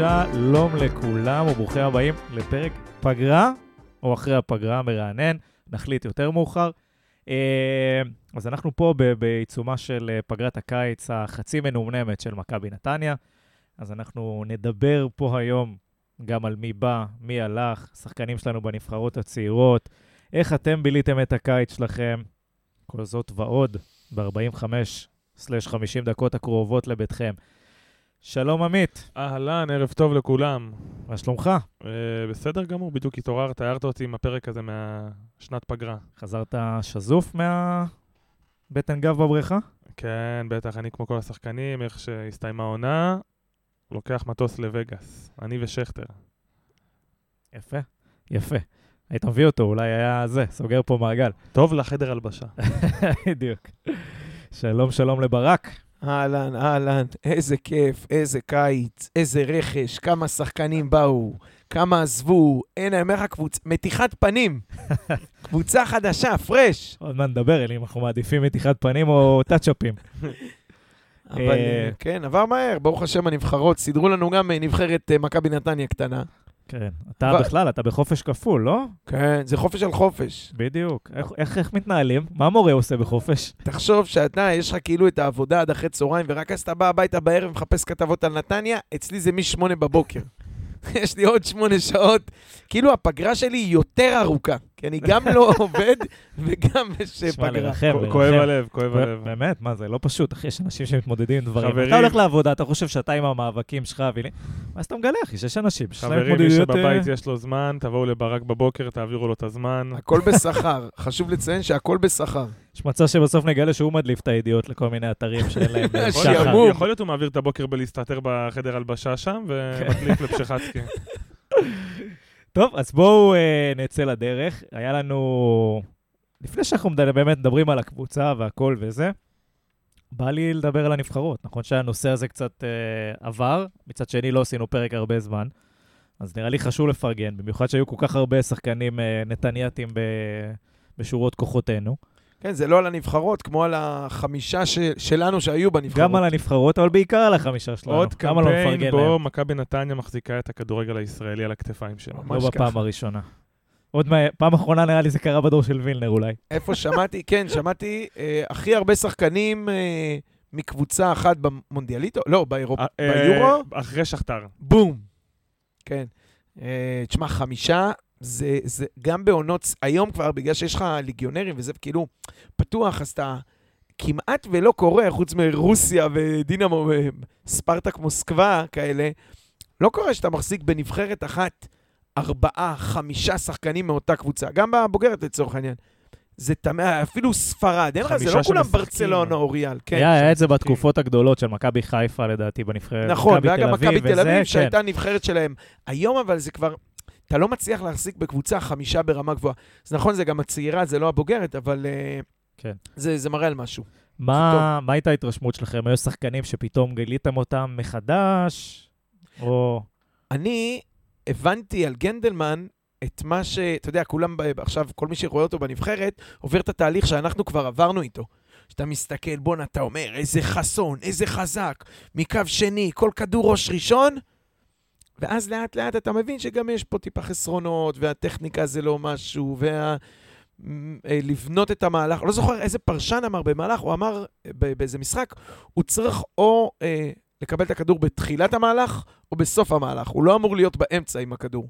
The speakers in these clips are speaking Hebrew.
שלום לכולם וברוכים הבאים לפרק פגרה, או אחרי הפגרה מרענן, נחליט יותר מאוחר. אז אנחנו פה בעיצומה של פגרת הקיץ החצי מנומנמת של מכבי נתניה. אז אנחנו נדבר פה היום גם על מי בא, מי הלך, שחקנים שלנו בנבחרות הצעירות, איך אתם ביליתם את הקיץ שלכם, כל זאת ועוד ב-45/50 דקות הקרובות לביתכם. שלום עמית. אהלן, ערב טוב לכולם. מה שלומך? בסדר גמור, בדיוק התעוררת, הערת אותי עם הפרק הזה מהשנת פגרה. חזרת שזוף מהבטן גב בבריכה? כן, בטח, אני כמו כל השחקנים, איך שהסתיימה העונה, לוקח מטוס לווגאס, אני ושכטר. יפה, יפה. היית מביא אותו, אולי היה זה, סוגר פה מעגל. טוב לחדר הלבשה. בדיוק. שלום לברק. אהלן, אהלן, איזה כיף, איזה קיץ, איזה רכש, כמה שחקנים באו, כמה עזבו, אין, אני אומר לך מתיחת פנים, קבוצה חדשה, פרש. עוד מה נדבר, אם אנחנו מעדיפים מתיחת פנים או טאצ'אפים. אבל כן, עבר מהר, ברוך השם הנבחרות, סידרו לנו גם נבחרת מכבי נתניה קטנה. כן, אתה בכלל, אתה בחופש כפול, לא? כן, זה חופש על חופש. בדיוק. איך מתנהלים? מה המורה עושה בחופש? תחשוב שאתה, יש לך כאילו את העבודה עד אחרי צהריים, ורק אז אתה בא הביתה בערב ומחפש כתבות על נתניה, אצלי זה מ-8 בבוקר. יש לי עוד 8 שעות. כאילו הפגרה שלי היא יותר ארוכה, כי אני גם לא עובד וגם יש פגרה. כואב הלב, כואב הלב. באמת, מה זה? לא פשוט, אחי, יש אנשים שמתמודדים עם דברים. אתה הולך לעבודה, אתה חושב שאתה עם המאבקים שלך, מה אז אתה מגלה, אחי, שיש אנשים. חברים, מי שבבית יש לו זמן, תבואו לברק בבוקר, תעבירו לו את הזמן. הכל בשכר. חשוב לציין שהכל בשכר. יש מצב שבסוף נגלה שהוא מדליף את הידיעות לכל מיני אתרים שאין להם שחר. יכול להיות הוא מעביר את הבוקר בלהסתתר בחדר הלבשה שם, ומדליף לפשחצקי. טוב, אז בואו נצא לדרך. היה לנו, לפני שאנחנו באמת מדברים על הקבוצה והכל וזה, בא לי לדבר על הנבחרות. נכון שהנושא הזה קצת עבר, מצד שני לא עשינו פרק הרבה זמן, אז נראה לי חשוב לפרגן, במיוחד שהיו כל כך הרבה שחקנים נתנייתים בשורות כוחותינו. כן, זה לא על הנבחרות, כמו על החמישה שלנו שהיו בנבחרות. גם על הנבחרות, אבל בעיקר על החמישה שלנו. עוד קמפיין בו מכבי נתניה מחזיקה את הכדורגל הישראלי על הכתפיים שלו. לא בפעם הראשונה. עוד פעם אחרונה נראה לי זה קרה בדור של וילנר אולי. איפה שמעתי? כן, שמעתי הכי הרבה שחקנים מקבוצה אחת במונדיאליטו, לא, ביורו. אחרי שכתר. בום. כן. תשמע, 5... זה גם בעונות, היום כבר, בגלל שיש לך ליגיונרים וזה כאילו פתוח, אז אתה כמעט ולא קורה, חוץ מרוסיה ודינמו וספרטק מוסקבה כאלה, לא קורה שאתה מחזיק בנבחרת אחת 4-5 שחקנים מאותה קבוצה, גם בבוגרת לצורך העניין. זה אפילו ספרד, זה לא כולם ברצלונה או ריאל. היה את זה בתקופות הגדולות של מכבי חיפה לדעתי בנבחרת. נכון, והיה גם מכבי תל אביב שהייתה נבחרת שלהם. היום אבל זה כבר... אתה לא מצליח להחזיק בקבוצה 5 ברמה גבוהה. אז נכון, זה גם הצעירה, זה לא הבוגרת, אבל כן. זה מראה על משהו. מה הייתה ההתרשמות שלכם? היו שחקנים שפתאום גיליתם אותם מחדש? או... אני הבנתי על גנדלמן את מה אתה יודע, כולם עכשיו, כל מי שרואה אותו בנבחרת, עובר את התהליך שאנחנו כבר עברנו איתו. שאתה מסתכל, בוא, אתה אומר, איזה חסון, איזה חזק, מקו שני, כל כדור ראש ראשון, ואז לאט לאט אתה מבין שגם יש פה טיפה חסרונות, והטכניקה זה לא משהו, לבנות את המהלך. לא זוכר איזה פרשן אמר במהלך, הוא אמר באיזה משחק, הוא צריך או לקבל את הכדור בתחילת המהלך, או בסוף המהלך. הוא לא אמור להיות באמצע עם הכדור.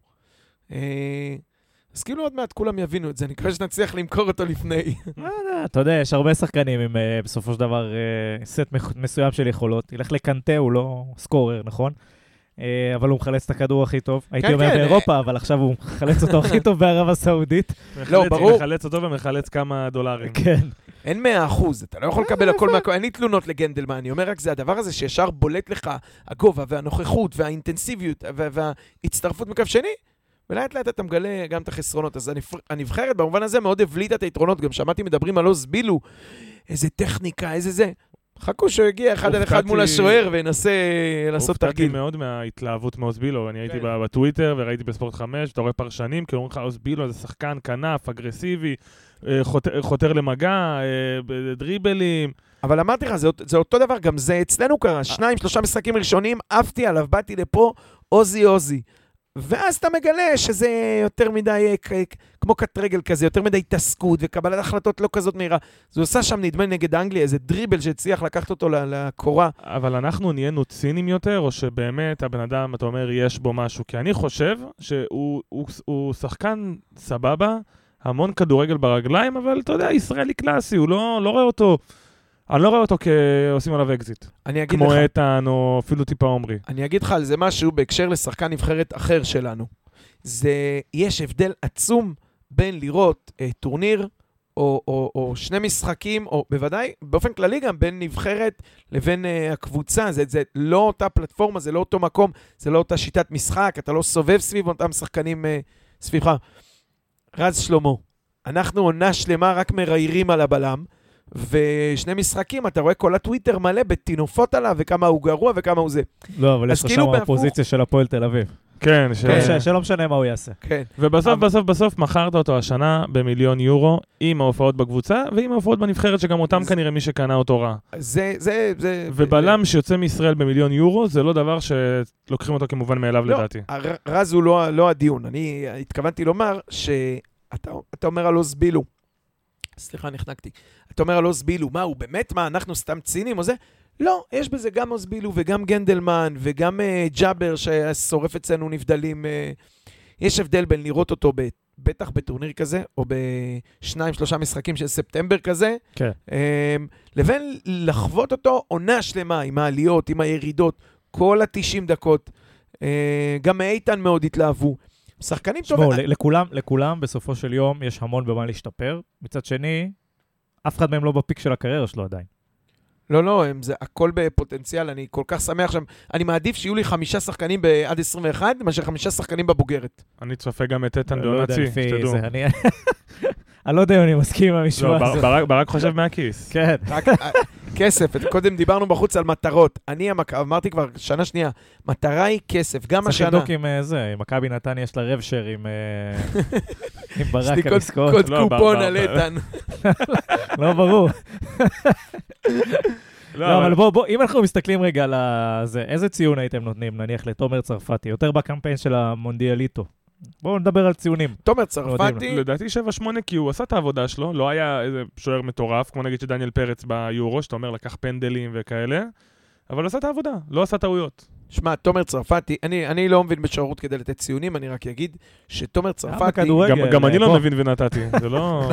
אז כאילו עוד מעט כולם יבינו את זה, אני מקווה שנצליח למכור אותו לפני. אתה יודע, יש הרבה שחקנים עם בסופו של דבר סט מסוים של יכולות. ילך לקנטה, הוא לא סקורר, נכון? אבל הוא מחלץ את הכדור הכי טוב. הייתי אומר באירופה, אבל עכשיו הוא מחלץ אותו הכי טוב בערב הסעודית. לא, ברור. מחלץ אותו ומחלץ כמה דולרים. כן. אין 100%, אתה לא יכול לקבל הכל מהכל. אין לי תלונות לגנדלמן, אני אומר רק זה הדבר הזה שישר בולט לך הגובה והנוכחות והאינטנסיביות וההצטרפות מקו שני, ולאט לאט אתה מגלה גם את החסרונות. אז הנבחרת במובן הזה מאוד הבליטה את היתרונות. גם שמעתי מדברים על אוז בילו, איזה טכניקה, איזה זה. חכו שהוא הגיע אחד על אחד מול השוער וינסה לעשות תרגיל. הופתעתי מאוד מההתלהבות מאוסבילו. אני הייתי בטוויטר וראיתי בספורט 5, ואתה רואה פרשנים, כי אומרים לך אוסבילו זה שחקן כנף, אגרסיבי, חותר למגע, דריבלים. אבל אמרתי לך, זה אותו דבר, גם זה אצלנו קרה, 2-3 משחקים ראשונים, עפתי עליו, באתי לפה, עוזי. ואז אתה מגלה שזה יותר מדי, כמו קטרגל כזה, יותר מדי התעסקות, וקבלת החלטות לא כזאת מהירה. זה עושה שם נדמה נגד אנגליה, איזה דריבל שהצליח לקחת אותו לקורה. אבל אנחנו נהיינו ציניים יותר, או שבאמת הבן אדם, אתה אומר, יש בו משהו? כי אני חושב שהוא שחקן סבבה, המון כדורגל ברגליים, אבל אתה יודע, ישראלי קלאסי, הוא לא רואה אותו... אני לא רואה אותו כעושים עליו אקזיט. כמו איתן או אפילו טיפה עומרי. אני אגיד לך על זה משהו בהקשר לשחקן נבחרת אחר שלנו. יש הבדל עצום בין לראות טורניר או שני משחקים, או בוודאי באופן כללי גם בין נבחרת לבין הקבוצה. זה לא אותה פלטפורמה, זה לא אותו מקום, זה לא אותה שיטת משחק, אתה לא סובב סביב אותם שחקנים סביבך. רז שלמה, אנחנו עונה שלמה רק מריירים על הבלם, ושני משחקים, אתה רואה כל הטוויטר מלא בטינופות עליו, וכמה הוא גרוע וכמה הוא זה. לא, אבל יש לך שם הפוזיציה של הפועל תל אביב. כן, שלא משנה מה הוא יעשה. כן. ובסוף מכרת אותו השנה ב1,000,000 יורו, עם ההופעות בקבוצה, ועם ההופעות בנבחרת, שגם אותם כנראה מי שקנה אותו רע. ובלם שיוצא מישראל ב1,000,000 יורו, זה לא דבר שלוקחים אותו כמובן מאליו לדעתי. רז הוא לא הדיון. אני התכוונתי לומר שאתה אומר על עוז בילו. סליחה, נחנקתי. אתה אומר על עוז בילו, מה, הוא באמת, מה, אנחנו סתם צינים או זה? לא, יש בזה גם עוז בילו וגם גנדלמן וגם ג'אבר ששורף אצלנו נבדלים. יש הבדל בין לראות אותו בטח בטורניר כזה, או ב2-3 משחקים של ספטמבר כזה, כן. לבין לחוות אותו עונה שלמה, עם העליות, עם הירידות, כל ה-90 דקות. גם איתן מאוד התלהבו. שחקנים טובים. לכולם בסופו של יום יש המון במה להשתפר. מצד שני, אף אחד מהם לא בפיק של הקריירה שלו עדיין. לא, זה הכל בפוטנציאל, אני כל כך שמח שם. אני מעדיף שיהיו לי 5 שחקנים עד 21, מאשר 5 שחקנים בבוגרת. אני צופה גם את איתן בעונצי, שתדעו. אני לא יודע אם אני מסכים עם המשמע הזה. ברק חושב מהכיס. כן. כסף, קודם דיברנו בחוץ על מטרות. אני אמרתי כבר שנה שנייה, מטרה היא כסף, גם השנה. צריך לבדוק עם זה, עם מכבי נתניה יש לה רב שר עם ברק המסקות. קוד קופון על איתן. לא ברור. לא, אבל בוא, אם אנחנו מסתכלים רגע על זה, איזה ציון הייתם נותנים, נניח לתומר צרפתי, יותר בקמפיין של המונדיאליטו? בואו נדבר על ציונים. תומר צרפתי... לדעתי 7-8, כי הוא עשה את העבודה שלו, לא היה איזה שוער מטורף, כמו נגיד שדניאל פרץ ביורו, שאתה אומר לקח פנדלים וכאלה, אבל עשה את העבודה, לא עשה טעויות. שמע, תומר צרפתי, אני לא מבין בשוערות כדי לתת ציונים, אני רק אגיד שתומר צרפתי... גם אני לא מבין ונתתי, זה לא...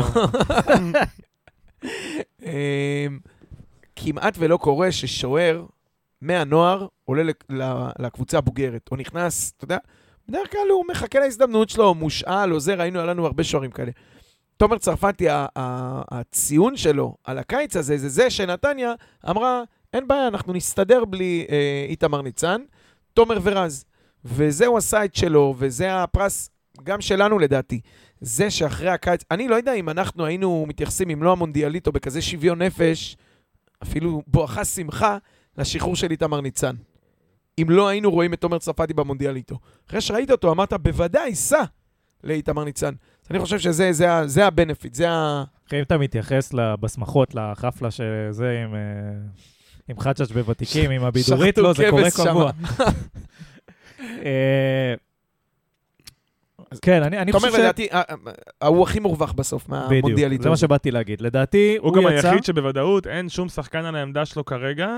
כמעט ולא קורה ששוער מהנוער עולה לקבוצה הבוגרת, או נכנס, אתה יודע, בדרך כלל הוא מחכה להזדמנות שלו, מושאל או זה, ראינו עלינו הרבה שוערים כאלה. תומר צרפתי, הציון שלו על הקיץ הזה, זה שנתניה אמרה, אין בעיה, אנחנו נסתדר בלי איתמר ניצן, תומר ורז. וזהו הסייט שלו, וזה הפרס גם שלנו לדעתי. זה שאחרי הקיץ, אני לא יודע אם אנחנו היינו מתייחסים עם לא המונדיאליטו בכזה שוויון נפש, אפילו בואכה שמחה לשחרור של איתמר ניצן. אם לא היינו רואים את תומר צרפתי במונדיאליטו. אחרי שראית אותו, אמרת, בוודאי, סע לאיתמר ניצן. אז אני חושב שזה הבנפיט, זה ה... אם אתה מתייחס בשמחות, לחפלה שזה עם חדשש בוותיקים, עם הבידורית, לא, זה קורה קבוע. כן, אני חושב תומר, לדעתי, הוא הכי מורווח בסוף מהמונדיאליטו. בדיוק, זה מה שבאתי להגיד. לדעתי, הוא גם היחיד שבוודאות אין שום שחקן על העמדה שלו כרגע,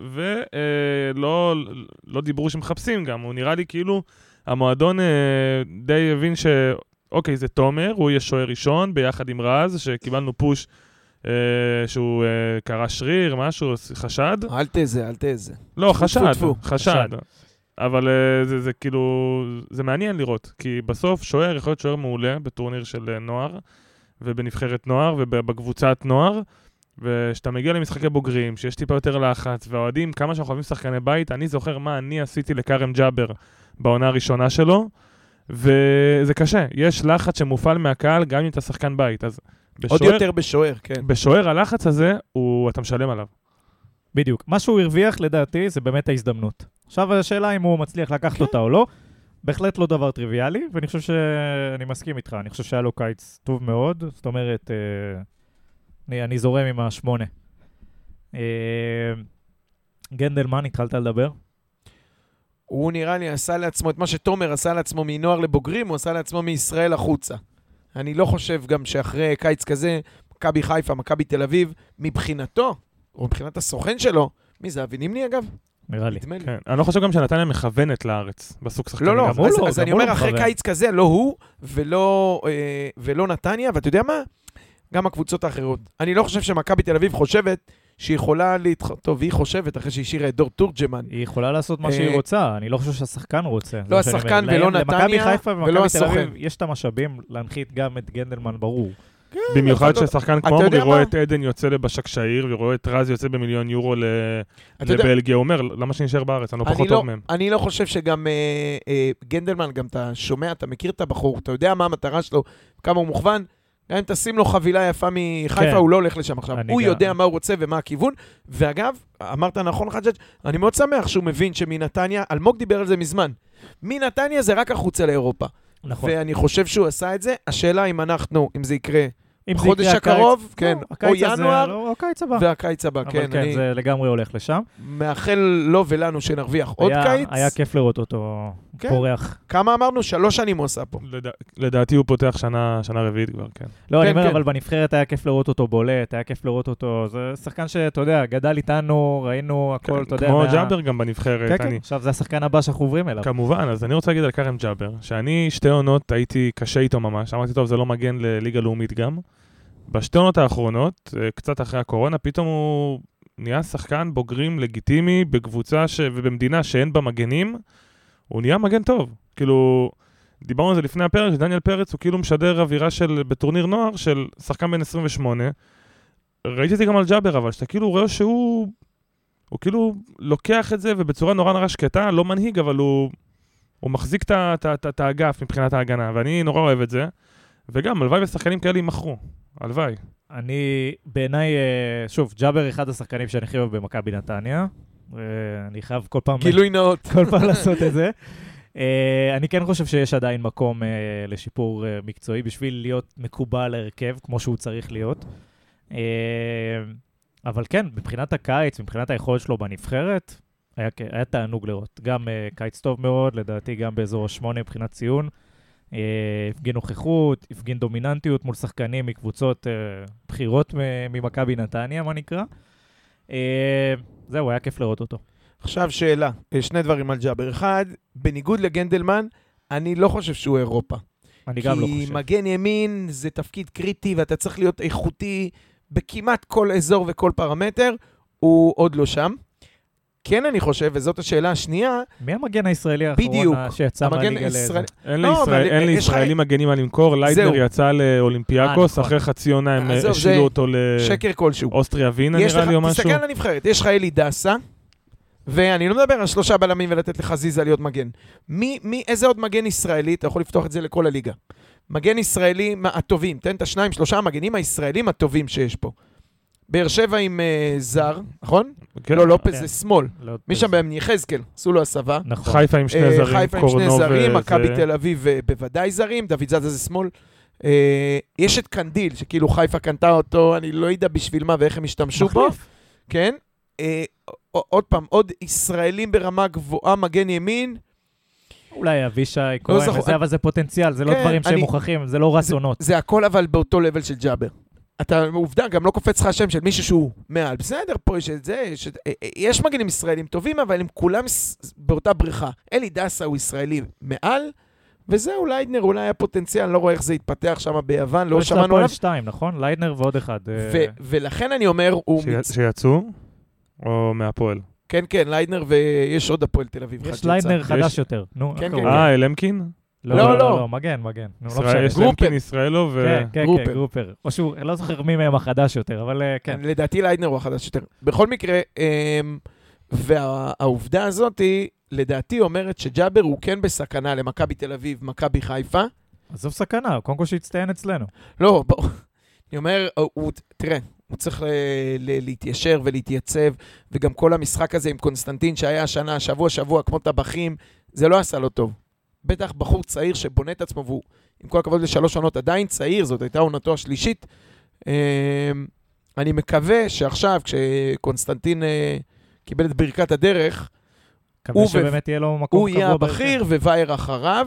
ולא דיברו שמחפשים גם. הוא נראה לי כאילו, המועדון די הבין אוקיי, זה תומר, הוא יהיה שוער ראשון, ביחד עם רז, שקיבלנו פוש שהוא קרא שריר, משהו, חשד. אל תזה. לא, חשד. אבל זה כאילו, זה מעניין לראות, כי בסוף שוער יכול להיות שוער מעולה בטורניר של נוער, ובנבחרת נוער, ובקבוצת נוער, ושאתה מגיע למשחקי בוגרים, שיש טיפה יותר לחץ, והאוהדים, כמה שאנחנו חייבים שחקני בית, אני זוכר מה אני עשיתי לקרם ג'אבר בעונה הראשונה שלו, וזה קשה, יש לחץ שמופעל מהקהל, גם אם אתה שחקן בית, אז עוד יותר בשוער, כן. בשוער הלחץ הזה, אתה משלם עליו. בדיוק. מה שהוא הרוויח, לדעתי, זה באמת ההזדמנות. עכשיו השאלה אם הוא מצליח לקחת אותה או לא, בהחלט לא דבר טריוויאלי, ואני חושב שאני מסכים איתך, אני חושב שהיה לו קיץ טוב מאוד, זאת אומרת, אני זורם עם 8. גנדלמן, התחלת לדבר? הוא נראה לי עשה לעצמו את מה שתומר עשה לעצמו מנוער לבוגרים, הוא עשה לעצמו מישראל החוצה. אני לא חושב גם שאחרי קיץ כזה, מכבי חיפה, מכבי תל אביב, מבחינתו, או מבחינת הסוכן שלו, מי זה, אבי נימני אגב? נראה לי. נדמה לי. כן. אני לא חושב גם שנתניה מכוונת לארץ, בסוג שחקנים. לא, גם הוא לא, אז גם אני הוא אומר, לא אחרי מכוון. קיץ כזה, לא הוא ולא נתניה, ואתה יודע מה? גם הקבוצות האחרות. אני לא חושב שמכבי תל אביב חושבת שהיא יכולה טוב, היא חושבת, אחרי שהשאירה את דור תורג'מן. היא יכולה לעשות מה שהיא רוצה, אני לא חושב שהשחקן רוצה. לא השחקן ולא נתניה, למכבי חיפה ולא ומכבי תל הסוכן. אביב יש את המשאבים להנחית גם את גנדלמן ברור. במיוחד ששחקן כמו יודע אמרי מה? רואה את עדן יוצא לבשקשעיר, ורואה את רז יוצא במיליון יורו לבלגיה, הוא אומר, למה שנשאר בארץ? אני לא פחות טוב מהם. אני לא חושב שגם גנדלמן, גם אתה שומע, אתה מכיר את הבחור, אתה יודע מה המטרה שלו, כמה הוא מוכוון, גם אם תשים לו חבילה יפה מחיפה, כן. הוא לא הולך לשם עכשיו. הוא גם. יודע מה הוא רוצה ומה הכיוון, ואגב, אמרת נכון חג'ג', אני מאוד שמח שהוא מבין שמנתניה, אלמוג דיבר על זה מזמן, מנתניה זה רק החוצה לאירופה. נכון. ואני חושב שהוא עשה את זה, השאלה אם זה יקרה אם זה חודש יקרה הקרוב, כן, או הקיץ הזה, ינואר, או הקיץ הבא. והקיץ הבא, אבל כן. כן, זה לגמרי הולך לשם. מאחל לו ולנו שנרוויח עוד קיץ. היה כיף לראות אותו כן. פורח. כמה אמרנו? 3 שנים הוא עשה פה. לדעתי הוא פותח שנה רביעית כבר, כן. לא, אני כן, אומר, כן. אבל בנבחרת היה כיף לראות אותו בולט, היה כיף לראות אותו, זה שחקן שאתה יודע, גדל איתנו, ראינו הכל, אתה יודע. כמו ג'אבר גם בנבחרת. כן, כן, עכשיו זה השחקן הבא שאנחנו עוברים אליו. כמובן, אז אני רוצה להגיד על קרם ג'אבר, שאני 2 עונות הייתי קשה איתו ממש, אמרתי טוב, זה לא מגן לליגה לאומית גם. בשתי עונות האחרונות, קצת אחרי הקורונה, פתאום הוא נהיה שחקן בוגרים לגיטימי בקבוצה ובמדינה שאין בה מגנים, הוא נהיה מגן טוב. כאילו, דיברנו על זה לפני הפרק, שדניאל פרץ הוא כאילו משדר אווירה בטורניר נוער של שחקן בן 28. ראיתי את זה גם על ג'אבר, אבל שאתה כאילו רואה שהוא כאילו לוקח את זה ובצורה נורא שקטה, לא מנהיג, אבל הוא מחזיק את האגף מבחינת ההגנה, ואני נורא אוהב את זה. וגם, הלוואי ושחקנים כאלה יימחרו. הלוואי. בעיניי, שוב, ג'אבר אחד השחקנים שאני חייב במכבי נתניה. אני חייב כל פעם... גילוי נאות. כל פעם לעשות את זה. אני כן חושב שיש עדיין מקום לשיפור מקצועי, בשביל להיות מקובל להרכב, כמו שהוא צריך להיות. אבל כן, מבחינת הקיץ, מבחינת היכולת שלו בנבחרת, היה תענוג לראות. גם קיץ טוב מאוד, לדעתי גם באזור 8 מבחינת ציון. הפגין נוכחות, הפגין דומיננטיות מול שחקנים מקבוצות בחירות ממכבי נתניה, מה נקרא. זהו, היה כיף לראות אותו. עכשיו שאלה, 2 דברים על ג'אבר. אחד, בניגוד לגנדלמן, אני לא חושב שהוא אירופה. אני גם לא חושב. כי מגן ימין זה תפקיד קריטי, ואתה צריך להיות איכותי בכמעט כל אזור וכל פרמטר, הוא עוד לא שם. כן, אני חושב, וזאת השאלה השנייה. מי המגן הישראלי האחרון שיצא מהליגה לאיזה? אין לישראלים מגנים על למכור, ליידנר יצא לאולימפיאקוס, אחרי חצי עונה הם השאילו אותו לאוסטריה וינה נראה לי או משהו. תסתכל על הנבחרת, יש לך אלי דסה, ואני לא מדבר על 3 בלמים ולתת לך זיזה להיות מגן. איזה עוד מגן ישראלי, אתה יכול לפתוח את זה לכל הליגה. מגן ישראלי הטובים, תן את 2-3 המגנים הישראלים הטובים שיש פה. באר שבע עם זר, נכון? לא, לופז זה שמאל. מי שם בהם יחזקאל, עשו לו הסבה. חיפה עם 2 זרים, חיפה עם 2 זרים, מכבי תל אביב בוודאי זרים, דוד זאדה זה שמאל. יש את קנדיל, שכאילו חיפה קנתה אותו, אני לא יודע בשביל מה ואיך הם השתמשו בו. כן? עוד פעם, עוד ישראלים ברמה גבוהה, מגן ימין. אולי אבישי, כהן וזה, אבל זה פוטנציאל, זה לא דברים שהם מוכחים, זה לא רצונות. זה הכל אבל באותו לבל של ג'אבר. אתה עובדה, גם לא קופץ לך השם של מישהו שהוא מעל. בסדר, פה יש את זה, יש מגנים ישראלים טובים, אבל הם כולם באותה בריכה. אלי דסה הוא ישראלי מעל, וזהו, ליידנר אולי היה פוטנציאל, לא רואה איך זה יתפתח שם ביוון, לא שמענו עליו. 2, נכון? ליידנר ועוד אחד. ולכן אני אומר, שיצאו? או מהפועל? כן, כן, ליידנר ויש עוד הפועל תל אביב. יש ליידנר חדש יותר. אלמקין? לא, מגן. יש למקין, ישראלו כן, גרופר. או שהוא, אני לא זוכר מי מהם החדש יותר, אבל כן. לדעתי ליידנר הוא החדש יותר. בכל מקרה, והעובדה הזאת, לדעתי אומרת שג'אבר הוא כן בסכנה למכבי תל אביב, מכבי חיפה. עזוב סכנה, קודם כל שהצטיין אצלנו. לא, בוא, אני אומר, תראה, הוא צריך להתיישר ולהתייצב, וגם כל המשחק הזה עם קונסטנטין שהיה השנה, שבוע, כמו טבחים, זה לא עשה לו טוב. בטח בחור צעיר שבונה את עצמו, והוא עם כל הכבוד ל3 עונות עדיין צעיר, זאת הייתה עונתו השלישית, אני מקווה שעכשיו, כשקונסטנטין קיבל את ברכת הדרך, מקווה שבאמת יהיה לו מקום קבוע. הוא יהיה הבכיר ווייר אחריו,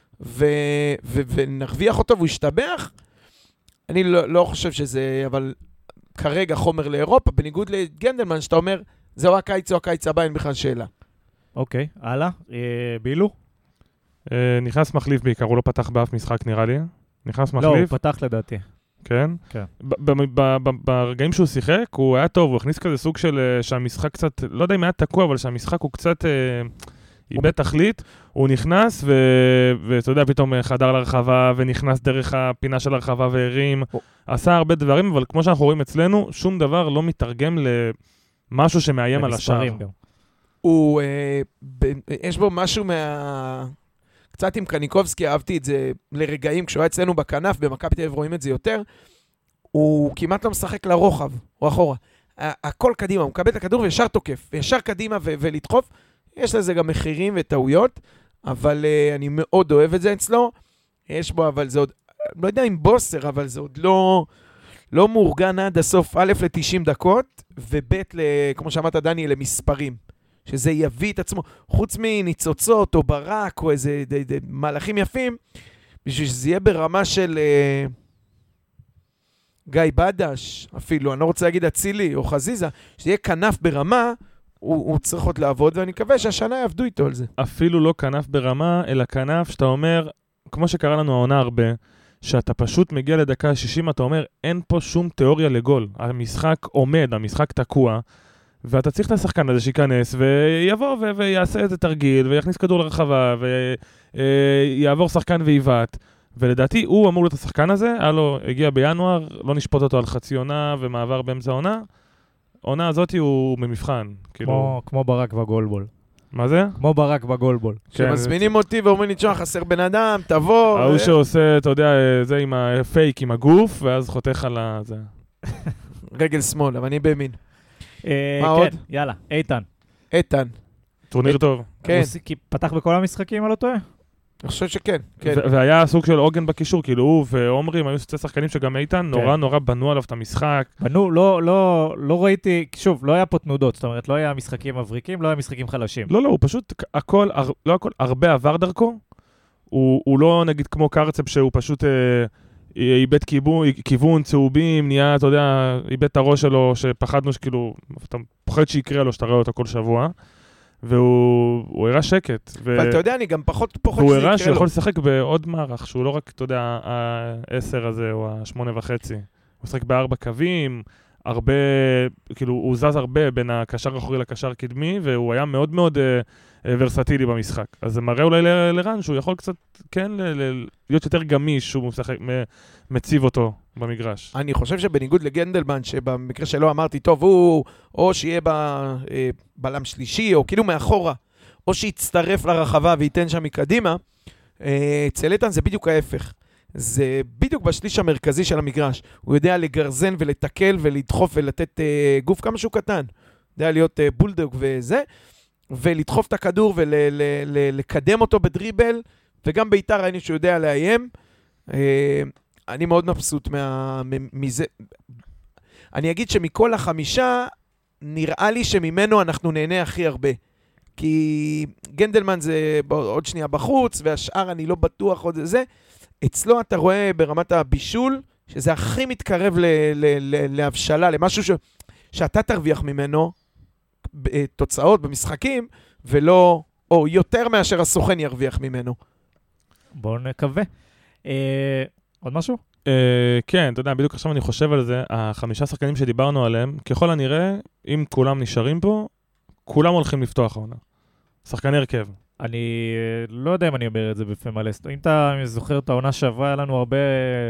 ונרוויח אותו והוא ישתבח. אני לא חושב שזה, אבל כרגע חומר לאירופה, בניגוד לגנדלמן, שאתה אומר, זהו הקיץ או הקיץ הבא, אין בכלל שאלה. אוקיי, הלאה. בילו? נכנס מחליף בעיקר, הוא לא פתח באף משחק נראה לי. נכנס מחליף. לא, הוא פתח לדעתי. כן? כן. ברגעים שהוא שיחק, הוא היה טוב, הוא הכניס כזה סוג של שהמשחק קצת, לא יודע אם היה תקוע, אבל שהמשחק הוא קצת איבד תכלית, הוא נכנס ואתה יודע, פתאום חדר לרחבה ונכנס דרך הפינה של הרחבה והרים, עשה הרבה דברים, אבל כמו שאנחנו רואים אצלנו, שום דבר לא מתרגם למשהו שמאיים על השאר. יש בו משהו קצת עם קניקובסקי, אהבתי את זה לרגעים, כשהוא היה אצלנו בכנף, במכבי תל אביב רואים את זה יותר, הוא כמעט לא משחק לרוחב, או אחורה. הכל קדימה, הוא מקבל את הכדור וישר תוקף, וישר קדימה ולדחוף. יש לזה גם מחירים וטעויות, אבל אני מאוד אוהב את זה אצלו. יש בו, אבל זה עוד, לא יודע אם בוסר, אבל זה עוד לא מאורגן עד הסוף, א' ל-90 דקות, וב' כמו שאמרת דני, למספרים. שזה יביא את עצמו, חוץ מניצוצות או ברק או איזה מהלכים יפים, בשביל שזה יהיה ברמה של גיא בדש, אפילו, אני לא רוצה להגיד אצילי או חזיזה, שזה יהיה כנף ברמה, הוא צריך עוד לעבוד, ואני מקווה שהשנה יעבדו איתו על זה. אפילו לא כנף ברמה, אלא כנף שאתה אומר, כמו שקרה לנו העונה הרבה, שאתה פשוט מגיע לדקה 60, אתה אומר, אין פה שום תיאוריה לגול. המשחק עומד, המשחק תקוע, ואתה צריך את השחקן הזה שיכנס, ויבוא ויעשה איזה תרגיל, ויכניס כדור לרחבה, ויעבור שחקן ויבט. ולדעתי, הוא אמור להיות השחקן הזה, הגיע בינואר, לא נשפוט אותו על חצי עונה ומעבר באמצע העונה. העונה הזאת הוא במבחן. כמו ברק בגולבול. מה זה? כמו ברק בגולבול. שמזמינים אותי ואומרים לי, תשמע, חסר בן אדם, תבוא. ההוא שעושה, אתה יודע, זה עם הפייק, עם הגוף, ואז חותך על זה. רגל שמאל, אבל אני בימין. מה עוד? יאללה, איתן. טורניר טוב. כן. הוא פתח בכל המשחקים, אני לא טועה? אני חושב שכן. והיה סוג של עוגן בקישור, כאילו הוא ועומרים, היו שתי שחקנים שגם איתן, נורא בנו עליו את המשחק. בנו, לא ראיתי, שוב, לא היה פה תנודות, זאת אומרת, לא היה משחקים מבריקים, לא היה משחקים חלשים. לא, הוא פשוט, לא הכל, הרבה עבר דרכו. הוא לא נגיד כמו קרצב שהוא פשוט איבד כיוון, צהובים, נהיה, אתה יודע, איבד את הראש שלו, שפחדנו שכאילו, אתה פוחד שיקרה לו, שאתה רואה אותו כל שבוע. והוא הראה שקט. אבל אתה יודע, אני גם פחות פוחד שהוא הראה שיכול לשחק בעוד מערך, שהוא לא רק, אתה יודע, ה-10 הזה או ה-8.5. הוא משחק ב4 קווים, הרבה, כאילו, הוא זז הרבה בין הקשר האחורי לקשר קדמי, והוא היה מאוד מאוד ורסטילי במשחק. אז זה מראה אולי לרן שהוא יכול קצת, כן, להיות יותר גמיש, שהוא מציב אותו במגרש. אני חושב שבניגוד לגנדלמן, שבמקרה שלו אמרתי, טוב, הוא או שיהיה בלם שלישי, או כאילו מאחורה, או שיצטרף לרחבה וייתן שם מקדימה, אצל איתן זה בדיוק ההפך. זה בדיוק בשליש המרכזי של המגרש. הוא יודע לגרזן ולתקל ולדחוף ולתת גוף כמה שהוא קטן. יודע להיות בולדוג וזה, ולדחוף את הכדור ולקדם אותו בדריבל, וגם ביתר ראינו שהוא יודע לאיים. אני מאוד מבסוט מזה. אני אגיד שמכל החמישה, נראה לי שממנו אנחנו נהנה הכי הרבה. כי גנדלמן זה עוד שנייה בחוץ, והשאר אני לא בטוח עוד זה. אצלו אתה רואה ברמת הבישול, שזה הכי מתקרב להבשלה, למשהו שאתה תרוויח ממנו תוצאות במשחקים, ולא, או יותר מאשר הסוכן ירוויח ממנו. בואו נקווה. עוד משהו? כן, אתה יודע, בדיוק עכשיו אני חושב על זה, החמישה שחקנים שדיברנו עליהם, ככל הנראה, אם כולם נשארים פה, כולם הולכים לפתוח העונה. שחקני הרכב. אני לא יודע אם אני אומר את זה בפה מלא. אם אתה זוכר את העונה שעברה, היה לנו הרבה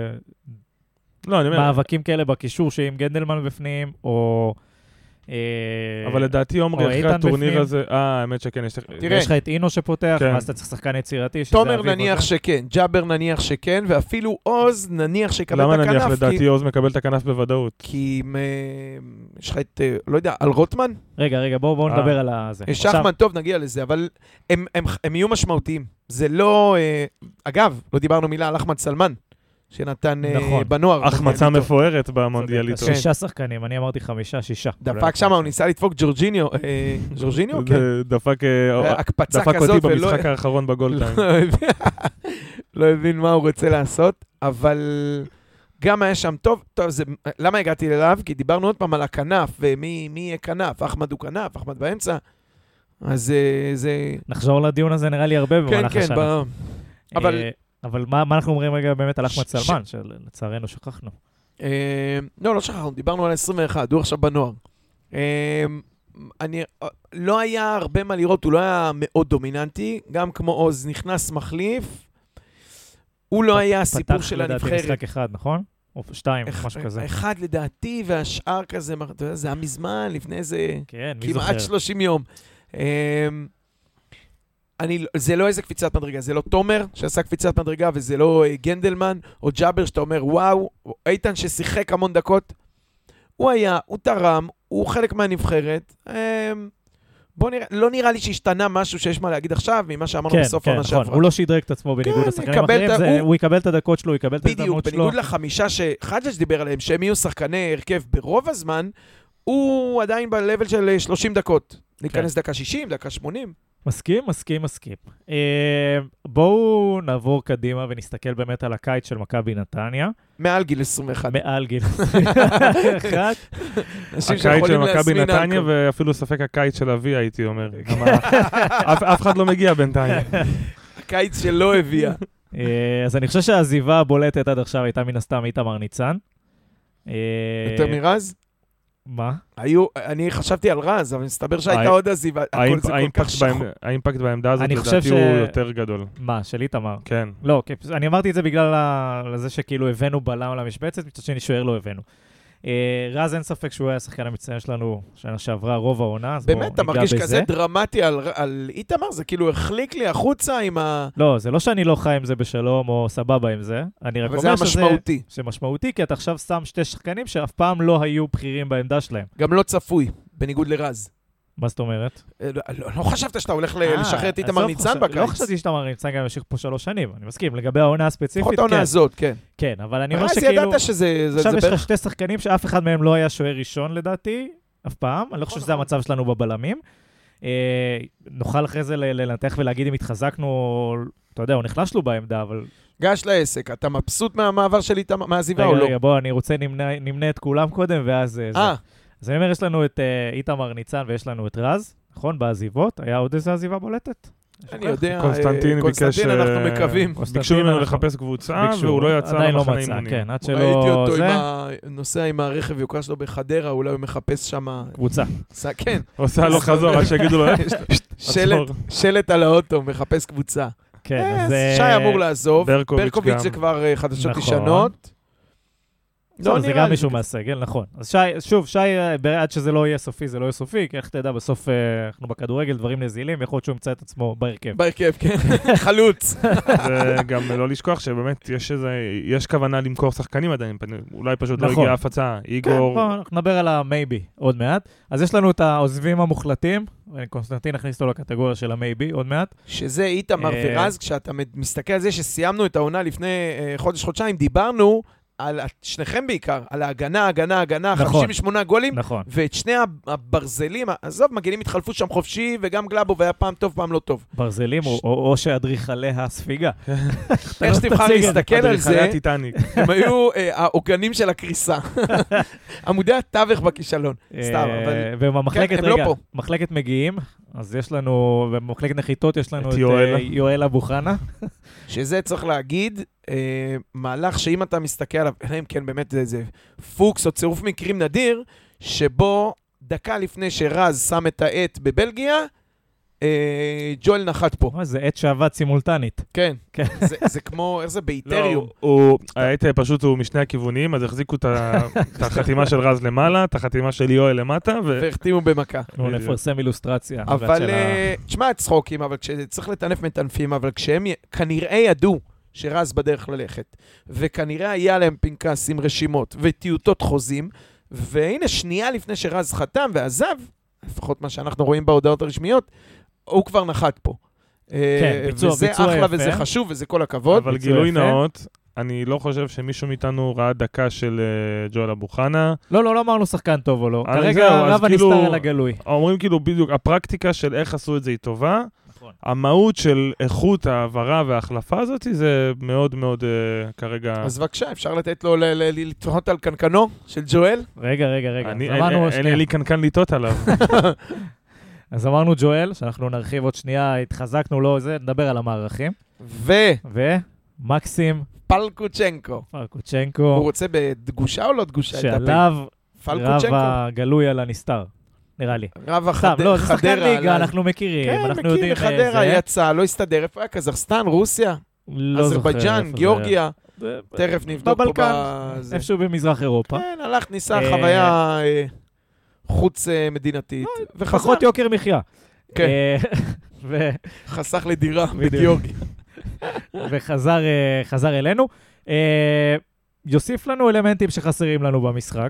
מאבקים כאלה בקישור, שעם גנדלמן בפנים, או... אבל לדעתי עומרי אחרי הטורניר הזה, האמת שכן, יש לך את אינו שפותח, ואז אתה צריך שחקן יצירתי. תומר נניח שכן, ג'אבר נניח שכן, ואפילו עוז נניח שיקבל את הכנף. למה נניח לדעתי עוז מקבל את הכנף בוודאות? כי יש לך את, לא יודע, על רוטמן? רגע, בואו נדבר על זה. שחמן, טוב, נגיע לזה, אבל הם יהיו משמעותיים. זה לא, אגב, לא דיברנו מילה על אחמד סלמן, שנתן נכון. בנוער. החמצה מפוארת במונדיאליטו. 6 שחקנים, אני אמרתי 5, 6. דפק שם, הוא ניסה לדפוק ג'ורג'יניו. ג'ורג'יניו? כן. דפק הקפצה אותי כזאת, במשחק האחרון בגולטיים. לא הבין מה הוא רוצה לעשות, אבל גם היה שם טוב. למה הגעתי אליו? כי דיברנו עוד פעם על הכנף, ומי יהיה כנף? אחמד הוא כנף, אחמד באמצע. אז זה... נחזור לדיון הזה נראה לי הרבה במהלך השנה. כן, אבל מה אנחנו אומרים רגע באמת על אחמד סלמן, שלצערנו שכחנו? לא שכחנו, דיברנו על 21, הוא עכשיו בנוער. לא היה הרבה מה לראות, הוא לא היה מאוד דומיננטי, גם כמו עוז נכנס מחליף, הוא לא היה הסיפור של הנבחרת. פתח לדעתי משחק אחד, נכון? או 2, משהו כזה. אחד לדעתי, והשאר כזה, זה היה מזמן, לפני איזה כמעט 30 יום. זה לא איזה קפיצת מדרגה, זה לא תומר שעשה קפיצת מדרגה, וזה לא גנדלמן או ג'אבר שאתה אומר, וואו, איתן ששיחק המון דקות, הוא היה, הוא תרם, הוא חלק מהנבחרת, בוא נראה, לא נראה לי שהשתנה משהו שיש מה להגיד עכשיו, ממה שאמרנו בסוף העונה שעברה. הוא לא שדרג את עצמו בניגוד לשחקנים אחרים, הוא יקבל את הדקות שלו, הוא יקבל את ההזדמנות שלו. בדיוק, בניגוד ל5 שחג'ג' דיבר עליהם, שהם יהיו שחקני הרכב ברוב הזמן, הוא עדיין בלבל של 30 דקות. להיכנס דקה 60, דקה 80. מסכים. בואו נעבור קדימה ונסתכל באמת על הקיץ של מכבי נתניה. מעל גיל 21. מעל גיל 21. הקיץ של מכבי נתניה ואפילו ספק הקיץ של אבי, הייתי אומר. אף אחד לא מגיע בינתיים. הקיץ שלא הביאה. אז אני חושב שהעזיבה הבולטת עד עכשיו הייתה מן הסתם איתמר ניצן. יותר מרז? מה? אני חשבתי על רז, אבל מסתבר שהייתה עוד עזיבה. האימפקט בעמדה הזאת לדעתי הוא יותר גדול. מה, של איתמר? כן. לא, אני אמרתי את זה בגלל זה שכאילו הבאנו בלם למשבצת, מצד שני שוער לא הבאנו. רז אין ספק שהוא היה השחקן המצטיין שלנו, שנה שעברה רוב העונה, אז בואו ניגע בזה. באמת, אתה מרגיש כזה דרמטי על איתמר? זה כאילו החליק לי החוצה עם ה... לא, זה לא שאני לא חי עם זה בשלום או סבבה עם זה. אני רק אומר שזה משמעותי, כי אתה עכשיו שם 2 שחקנים שאף פעם לא היו בכירים בעמדה שלהם. גם לא צפוי, בניגוד לרז. מה זאת אומרת? לא חשבת שאתה הולך לשחרר את איתמר ניצן בקיץ? לא חשבתי שאיתמר ניצן גם ימשיך פה 3 שנים, אני מסכים, לגבי העונה הספציפית, לפחות העונה הזאת, כן. כן, אבל אני אומר שכאילו... עכשיו יש לך 2 שחקנים שאף אחד מהם לא היה שוער ראשון לדעתי, אף פעם, אני לא חושב שזה המצב שלנו בבלמים. נוכל אחרי זה לנתח ולהגיד אם התחזקנו, אתה יודע, הוא נחלש לו בעמדה, אבל... גש לעסק, אתה מבסוט מהמעבר של איתמר, מהעזיבה או לא? רגע, בוא, אני רוצה נמנה את כולם קודם, ואז... אז אני אומר, יש לנו את איתמר ניצן ויש לנו את רז, נכון? בעזיבות. היה עוד איזה עזיבה בולטת? אני יודע, קונסטנטין ביקש... אנחנו מקווים. ביקשו ממנו לחפש קבוצה, והוא לא יצא למחנה אימונים. כן, עד שלא... ראיתי אותו נוסע עם הרכב יוקרה שלו בחדרה, אולי הוא מחפש שם... קבוצה. כן. עושה לו חזור, עד שיגידו לו... שלט על האוטו, מחפש קבוצה. כן, אז... שי אמור לעזוב. ברקוביץ' זה כבר חדשות ישנות. זה גם מישהו מהסגל, נכון. אז שי, עד שזה לא יהיה סופי, זה לא יהיה סופי, כי איך אתה יודע, בסוף אנחנו בכדורגל, דברים נזילים, יכול להיות שהוא ימצא את עצמו בהרכב. בהרכב, כן. חלוץ. וגם לא לשכוח שבאמת יש כוונה למכור שחקנים עדיין, אולי פשוט לא הגיעה הפצה. איגור... כן, אנחנו נדבר על המייבי עוד מעט. אז יש לנו את העוזבים המוחלטים, קונסטנטין הכניס אותו לקטגוריה של המייבי עוד מעט. שזה איתמר ורז, כשאתה מסתכל על זה שסיימנו את העונה לפני חודש-חודשיים, דיברנו על שניכם בעיקר, על ההגנה, 58 גולים, ואת שני הברזלים, עזוב, מגנים התחלפו שם חופשי, וגם גלאבו היה פעם טוב, פעם לא טוב. ברזלים או שאדריכלי הספיגה. איך שתבחר להסתכל על זה, הם היו העוגנים של הקריסה. עמודי התווך בכישלון. סתם, אבל... ומחלקת מגיעים, אז יש לנו, במחלקת נחיתות יש לנו את יואל אבו חנה. שזה צריך להגיד, מהלך שאם אתה מסתכל עליו, אם כן באמת זה פוקס או צירוף מקרים נדיר, שבו דקה לפני שרז שם את העט בבלגיה, ג'ואל נחת פה. זה עט שעבד סימולטנית. כן, זה כמו, איך זה באיתריום. העט פשוט הוא משני הכיוונים, אז החזיקו את החתימה של רז למעלה, את החתימה של יואל למטה, והחתימו במכה. נפרסם אילוסטרציה. אבל, תשמע, צחוקים, אבל כשצריך לטנף מטנפים, אבל כשהם כנראה ידעו שרז בדרך ללכת, וכנראה היה להם פנקס עם רשימות וטיוטות חוזים, והנה שנייה לפני שרז חתם ועזב, לפחות מה שאנחנו רואים בהודעות הרשמיות, הוא כבר נחת פה. כן, וזה אחלה וזה חשוב וזה כל הכבוד. אבל גילוי נאות, אני לא חושב שמישהו מאיתנו ראה דקה של ג'ואל אבו חנה. לא אמרנו שחקן טוב או לא. אז כרגע זהו, אז רב כאילו- הנסתר על הגלוי. אומרים כאילו בדיוק, הפרקטיקה של איך עשו את זה היא טובה, נכון. המהות של איכות העברה וההחלפה הזאת, זה מאוד מאוד כרגע... אז בבקשה, אפשר לתת לו לתהות על קנקנו של ג'ואל? רגע. אני- אז אמרנו אין שנייה. לי קנקן לטעות עליו. אז אמרנו ג'ואל, שאנחנו נרחיב עוד שנייה, התחזקנו לו, נדבר על המערכים. ומקסים ופלקוצ'נקו. פרקוצ'נקו, הוא רוצה בדגושה או לא דגושה? שעליו רב פלקוצ'נקו. הגלוי על הנסתר, נראה לי. רב סתם, לא, זה שחקן חדרה. ליגה, אנחנו מכירים, כן, אנחנו מכיר, יודעים חדרה זה. יצא, לא הסתדר. איפה היה? קזחסטן, רוסיה, לא זוכר אזרבייג'אן, איפה זה גיאורגיה. היה. תכף נבדוק פה בבלקן, בזה. איפשהו במזרח אירופה. כן, הלך, ניסה אה, חוויה חוץ מדינתית, וחזר. פחות יוקר מחיה. כן. ו- חסך לדירה בדיוק. בגיאורגיה. וחזר אלינו. יוסיף לנו אלמנטים שחסרים לנו במשחק.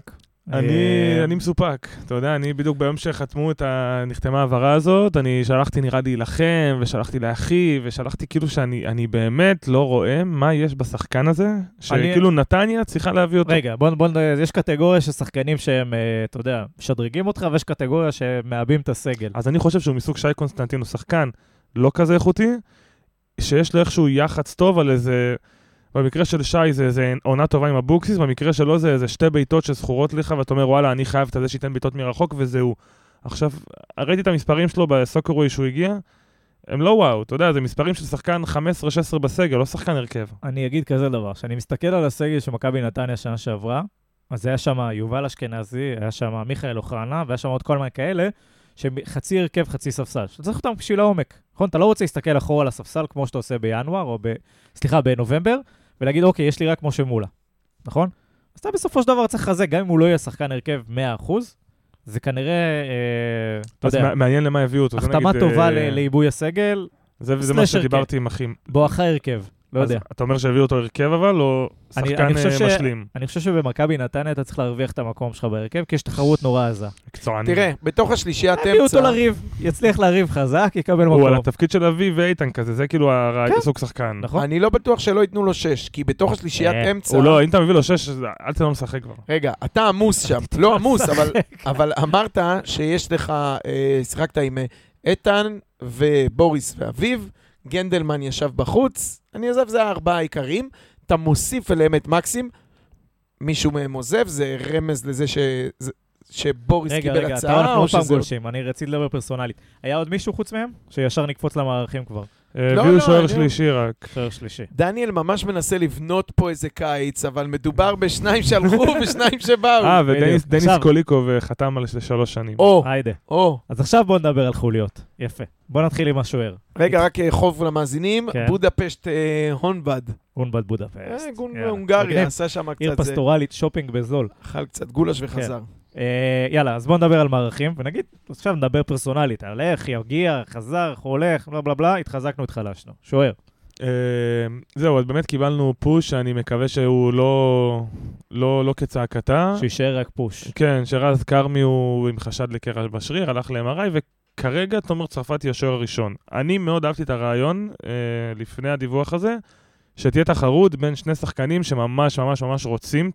אני מסופק, אתה יודע, אני בדיוק ביום שחתמו נחתמה העברה הזאת, אני שלחתי נראה לי לכם, ושלחתי לאחי, ושלחתי כאילו שאני באמת לא רואה מה יש בשחקן הזה, שכאילו נתניה צריכה להביא אותו. רגע, יש קטגוריה של שחקנים שהם, אתה יודע, משדרגים אותך, ויש קטגוריה שמאבדים את הסגל. אז אני חושב שהוא מסוג שי קונסטנטין, הוא שחקן לא כזה איכותי, שיש לו איכשהו יחץ טוב על איזה... במקרה של שי זה עונה טובה עם הבוקסיס, במקרה שלו זה איזה שתי ביתות שזכורות לך, ואתה אומר, וואלה, אני חייב את זה שייתן ביתות מרחוק, וזהו. עכשיו, ראיתי את המספרים שלו בסוקרוי שהוא הגיע, הם לא וואו, אתה יודע, זה מספרים של שחקן 15-16 בסגל, לא שחקן הרכב. אני אגיד כזה דבר, שאני מסתכל על הסגל של מכבי נתניה שנה שעברה, אז היה שם יובל אשכנזי, היה שם מיכאל אוחנה, והיה שם עוד כל מיני כאלה, שחצי הרכב, חצי ספסל. אתה צריך אותם בשביל העומק, נכון? אתה לא רוצה להסתכל אחורה על הספסל, כמו שאתה עושה בינואר, או בנובמבר, ולהגיד, אוקיי, יש לי רק משה מולה, נכון? אז אתה בסופו של דבר צריך לחזק, גם אם הוא לא יהיה שחקן הרכב 100%, זה כנראה, אתה יודע, מעניין למה הביאו אותו. החתמה טובה לעיבוי הסגל, זה מה שדיברתי עם אחים. בואכה הרכב, לא יודע. אתה אומר שהביאו אותו הרכב אבל, או שחקן משלים? אני חושב שבמכבי נתניה אתה צריך להרוויח את המקום שלך בהרכב, כי יש תחרות נורא עזה. תראה, בתוך השלישיית הביאו אמצע... אותו לריב, יצליח להריב חזק, יקבל הוא מקום. על התפקיד של אבי ואיתן כזה, זה כאילו הסוג שחקן. נכון? אני לא בטוח שלא ייתנו לו 6, כי בתוך השלישיית אמצע... הוא לא, אם אתה מביא לו 6, אל תן לו לשחק כבר. רגע, אתה עמוס שם, לא עמוס, אבל אמרת שיש לך, שיחקת עם איתן ובוריס ואביב, גנדלמן ישב בחוץ, אני עוזב, זה 4 העיקרים, אתה מוסיף אליהם את מקסים, מישהו מהם עוזב, זה רמז לזה שבוריס קיבל הצעה, אתה אנחנו או עוד פעם שזה... גולשים, אני רציתי לדבר פרסונלית. היה עוד מישהו חוץ מהם? שישר נקפוץ למערכים כבר. הביאו שוער שלישי רק. שוער שלישי. דניאל ממש מנסה לבנות פה איזה קיץ, אבל מדובר בשניים שהלכו ושניים שבאו. ודניס קוליקוב חתם על 3 שנים. היידה. או. אז עכשיו בוא נדבר על חוליות. יפה. בוא נתחיל עם השוער. רגע, רק חוב למאזינים, בודפשט הונבד. הונבד בודפשט. הונגריה, עשה שם קצת... עיר פסטורלית, שופינג בזול. אכל קצת גולש וחזר. יאללה, אז בוא נדבר על מערכים, ונגיד, עכשיו נדבר פרסונלית, על איך יגיע, חזר, הולך, בלה בלה בלה, התחזקנו, התחלשנו. שוער. זהו, אז באמת קיבלנו פוש, אני מקווה שהוא לא כצעקתה. שישאר רק פוש. כן, שרז קרמי הוא עם חשד לקרע בשריר, הלך ל-MRI, וכרגע תומר צרפתי השוער הראשון. אני מאוד אהבתי את הרעיון, לפני הדיווח הזה, שתהיה תחרות בין שני שחקנים שממש ממש ממש רוצים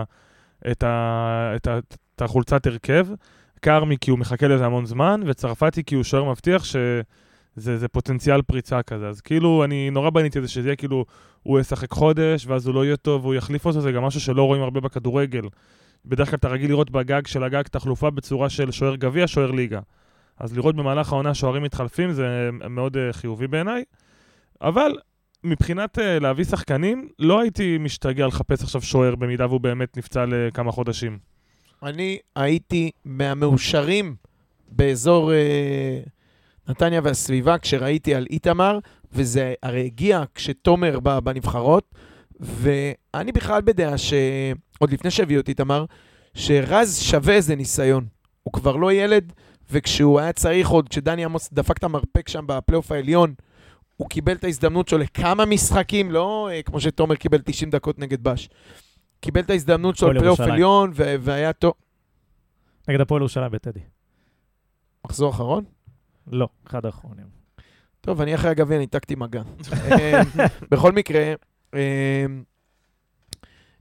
את החולצת הרכב. קרמי כי הוא מחכה לזה המון זמן, וצרפתי כי הוא שוער מבטיח שזה פוטנציאל פריצה כזה. אז כאילו, אני נורא בניתי את זה שזה יהיה כאילו, הוא ישחק חודש, ואז הוא לא יהיה טוב, והוא יחליף אותו, זה גם משהו שלא רואים הרבה בכדורגל. בדרך כלל אתה רגיל לראות בגג של הגג תחלופה בצורה של שוער גביע, שוער ליגה. אז לראות במהלך העונה שוערים מתחלפים, זה מאוד חיובי בעיניי. אבל מבחינת להביא שחקנים, לא הייתי משתגע לחפש עכשיו שוער במידה והוא באמת נפצע לכמה חודשים. אני הייתי מהמאושרים באזור נתניה והסביבה, כשראיתי על איתמר, וזה הרי הגיע כשתומר בא בנבחרות, ואני בכלל בדעה שעוד לפני שהביאו את איתמר, שרז שווה איזה ניסיון. הוא כבר לא ילד, וכשהוא היה צריך עוד, כשדני עמוס דפק את המרפק שם בפלייאוף העליון, הוא קיבל את ההזדמנות שלו לכמה משחקים, לא כמו שתומר קיבל 90 דקות נגד בש. קיבל את ההזדמנות שלו לפלייאוף עליון, והיה טוב. נגד הפועל ירושלים בטדי. מחזור אחרון? לא, אחד האחרונים. טוב, אני אחרי הגביע ניתקתי מגע. בכל מקרה,